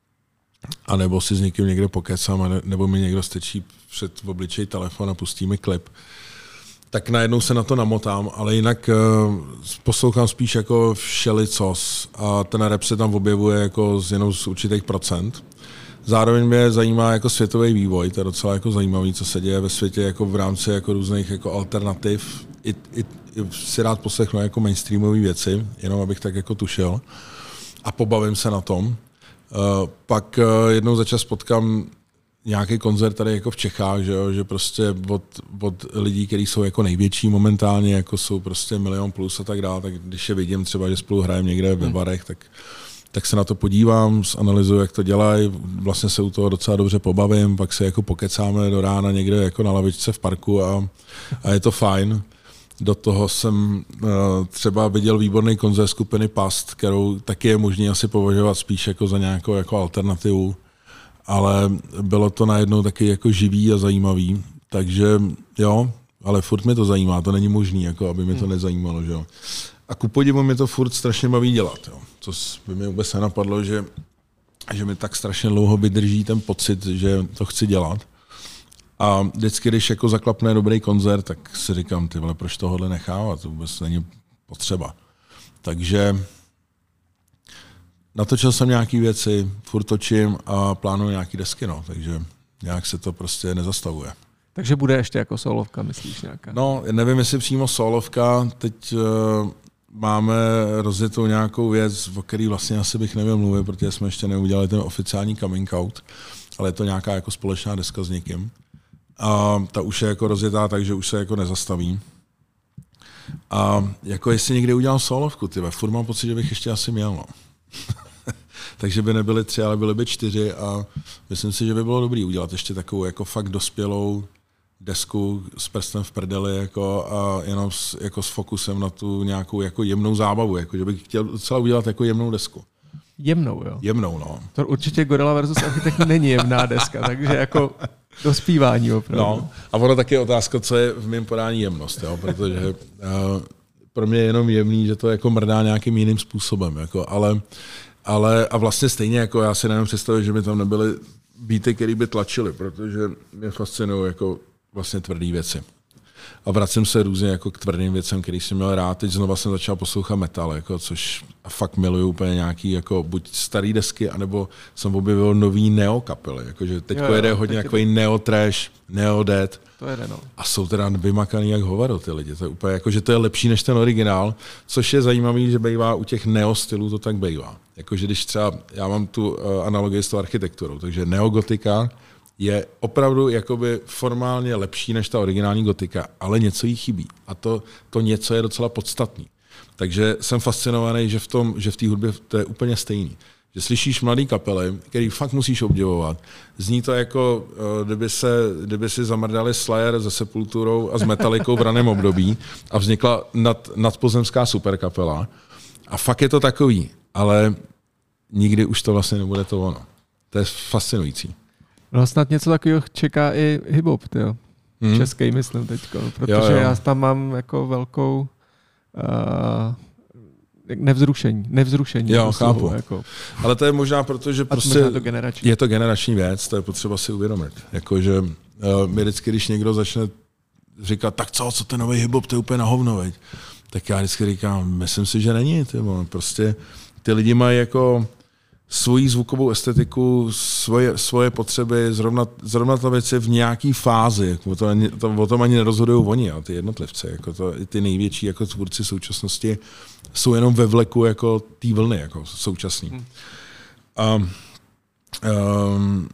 A nebo si s někým někde pokecám, nebo mi někdo stečí před obličej telefon a pustí mi klip. Tak najednou se na to namotám, ale jinak uh, poslouchám spíš jako všelicos a ten rap se tam objevuje jako z jenom z určitých procent. Zároveň mě zajímá jako světový vývoj, to je docela jako zajímavý, co se děje ve světě jako v rámci jako různých jako alternativ. I, i, i si rád poslechnu jako mainstreamové věci, jenom abych tak jako tušil a pobavím se na tom. Uh, pak uh, jednou za čas potkám nějaký koncert tady jako v Čechách, že, jo, že prostě od, od lidí, kteří jsou jako největší momentálně, jako jsou prostě milion plus a tak dále, tak když je vidím třeba, že spolu hrajeme někde ve barech, tak, tak se na to podívám, zanalyzuju, jak to dělají, vlastně se u toho docela dobře pobavím, pak se jako pokecáme do rána někde jako na lavičce v parku a, a je to fajn. Do toho jsem uh, třeba viděl výborný koncert skupiny Past, kterou taky je možné asi považovat spíš jako za nějakou jako alternativu, ale bylo to najednou taky jako živý a zajímavý, takže jo, ale furt mě to zajímá, to není možný, jako aby mě to nezajímalo, že jo. A ku podivu mi to furt strašně baví dělat, jo. To by mi vůbec nenapadlo, že, že mi tak strašně dlouho vydrží ten pocit, že to chci dělat. A vždycky, když jako zaklapne dobrý koncert, tak si říkám, ty vole, proč tohle nechávat, to vůbec není potřeba. Takže natočil jsem nějaký věci, furt točím a plánuju nějaký desky, no, takže nějak se to prostě nezastavuje. Takže bude ještě jako solovka, myslíš nějaká? No, nevím, jestli přímo solovka, teď uh, máme rozjetou nějakou věc, o který vlastně asi bych neměl mluvit, protože jsme ještě neudělali ten oficiální coming out, ale je to nějaká jako společná deska s někým. A ta už je jako rozjetá, takže už se jako nezastaví. A jako jestli někdy udělám solovku, tyhle, furt mám pocit, že bych ještě asi měl, no. Takže by nebyly tři, ale byly by čtyři a myslím si, že by bylo dobrý udělat ještě takovou jako fakt dospělou desku s prstem v prdeli jako a jenom s, jako s fokusem na tu nějakou jako jemnou zábavu, jako, že bych chtěl docela udělat jako jemnou desku. Jemnou, jo? Jemnou, no. To určitě Gorilla versus Architekt není jemná deska, takže jako dospívání opravdu. No, a ono taky je otázka, co je v mém podání jemnost, jo, protože uh, pro mě je jenom jemný, že to jako mrdá nějakým jiným způsobem, jako, ale, ale a vlastně stejně jako já si nevím představit, že by tam nebyly beaty, které by tlačily, protože mě fascinují jako vlastně tvrdý věci. A vracím se různě jako k tvrdým věcem, který jsem měl rád. Teď znova jsem začal poslouchat metal, jako, což fakt miluju úplně nějaký jako buď starý desky, anebo jsem objevil nový neokapely. Jakože teď jede hodně takový neo-trash, neo-dead. To jede, no. A jsou teda vymakaný jak hovado ty lidi. To je úplně jako, že to je lepší než ten originál, což je zajímavý, že bývá u těch neo-stylů to tak bývá. Jakože když třeba, já mám tu uh, analogii s tou architekturou, takže neogotika je opravdu jakoby formálně lepší než ta originální gotika, ale něco jí chybí. A to, to něco je docela podstatný. Takže jsem fascinovaný, že v tom, že v té hudbě to je úplně stejný. Že slyšíš mladý kapely, který fakt musíš obdivovat. Zní to jako, kdyby, se, kdyby si zamrdali Slayer se Sepulturou a s Metallicou v raném období a vznikla nad, nadpozemská superkapela. A fakt je to takový, ale nikdy už to vlastně nebude to ono. To je fascinující. No snad něco takového čeká i hip-hop, jo. Hmm. Český myslím teďko, protože jo, jo. já tam mám jako velkou uh, nevzrušení, nevzrušení. Jo, chápu. Slovu, jako. Ale to je možná proto, že prostě to generační. je to generační věc, to je potřeba si uvědomit. Jakože uh, my vždycky, když někdo začne říkat, tak co, co ten nový hip-hop, to je úplně na hovno, veď? Tak já vždycky říkám, myslím si, že není. Tymo. Prostě ty lidi mají jako svoji zvukovou estetiku, svoje, svoje potřeby, zrovna, zrovna ta věc je v nějaký fázi. O, to ani, to, o tom ani nerozhodují oni, a ty jednotlivci. Jako to, ty největší jako tvůrci současnosti jsou jenom ve vleku jako té vlny jako současný. Hmm. Um, um,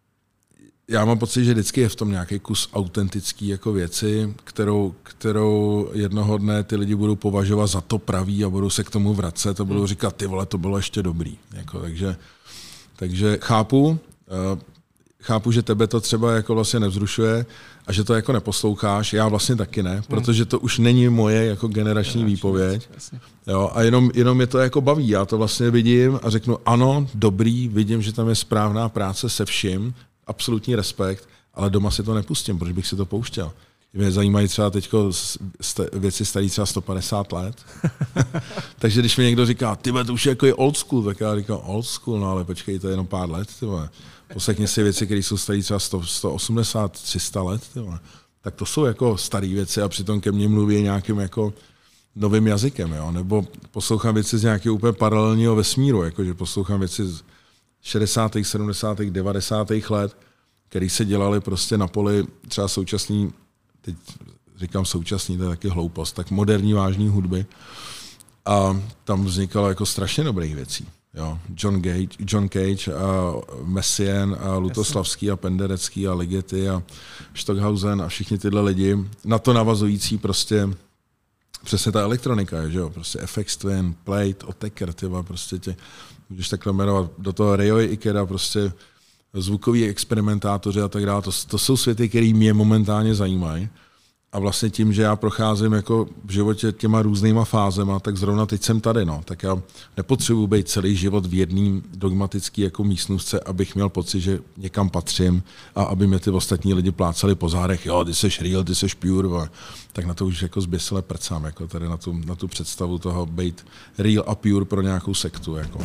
já mám pocit, že vždycky je v tom nějaký kus autentický jako věci, kterou, kterou jednoho dne ty lidi budou považovat za to pravý a budou se k tomu vracet a budou říkat, ty vole, to bylo ještě dobrý. Jako, takže, takže chápu, uh, chápu, že tebe to třeba jako vlastně nevzrušuje a že to jako neposloucháš, já vlastně taky ne, protože to už není moje jako generační výpověď. Jo, a jenom, jenom mě to jako baví, já to vlastně vidím a řeknu, ano, dobrý, vidím, že tam je správná práce se vším, absolutní respekt, ale doma si to nepustím, protože bych si to pouštěl. Mě zajímají třeba teď věci starý třeba sto padesát let. Takže když mi někdo říká, ty to už je jako je old school, tak já říkám old school, no ale počkej, to je jenom pár let. Tyhle. Poslechni si věci, které jsou starý třeba sto, sto osmdesát, tři sta let. Tyhle. Tak to jsou jako staré věci a přitom ke mně mluví nějakým jako novým jazykem. Jo? Nebo poslouchám věci z nějakého úplně paralelního vesmíru, jakože poslouchám věci z šedesátých, sedmdesátých, devadesátých let, které se dělaly prostě na poli třeba současný, teď říkám současný, to je taky hloupost, tak moderní vážný hudby. A tam vznikalo jako strašně dobrých věcí. Jo. John Cage, John Cage a Messiaen a Lutoslavský a Penderecký a Ligeti a Stockhausen a všichni tyhle lidi. Na to navazující prostě přesně ta elektronika, že jo, prostě F X Twin, Plate, Oteker, tyva, prostě tě, můžeš takhle jmenovat, do toho Ryoi Ikeda, prostě zvukoví experimentátoři a tak dále, to, to jsou světy, které mě momentálně zajímají. A vlastně tím, že já procházím jako v životě těma různýma fázema, tak zrovna teď jsem tady, no. Tak já nepotřebuji být celý život v jedné dogmatické jako místnostce, abych měl pocit, že někam patřím a aby mě ty ostatní lidi plácali po zádech, jo, ty seš real, ty seš pure, tak na to už jako zběsile prcám, jako tady na tu, na tu představu toho být real a pure pro nějakou sektu, jako.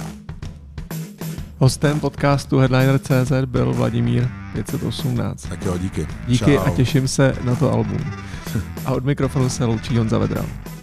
Hostem podcastu Headliner tečka cé zet byl Vladimír pět set osmnáct. Tak jo, díky. Díky Čau. A těším se na to album. A od mikrofonu se loučí Honza Vedral.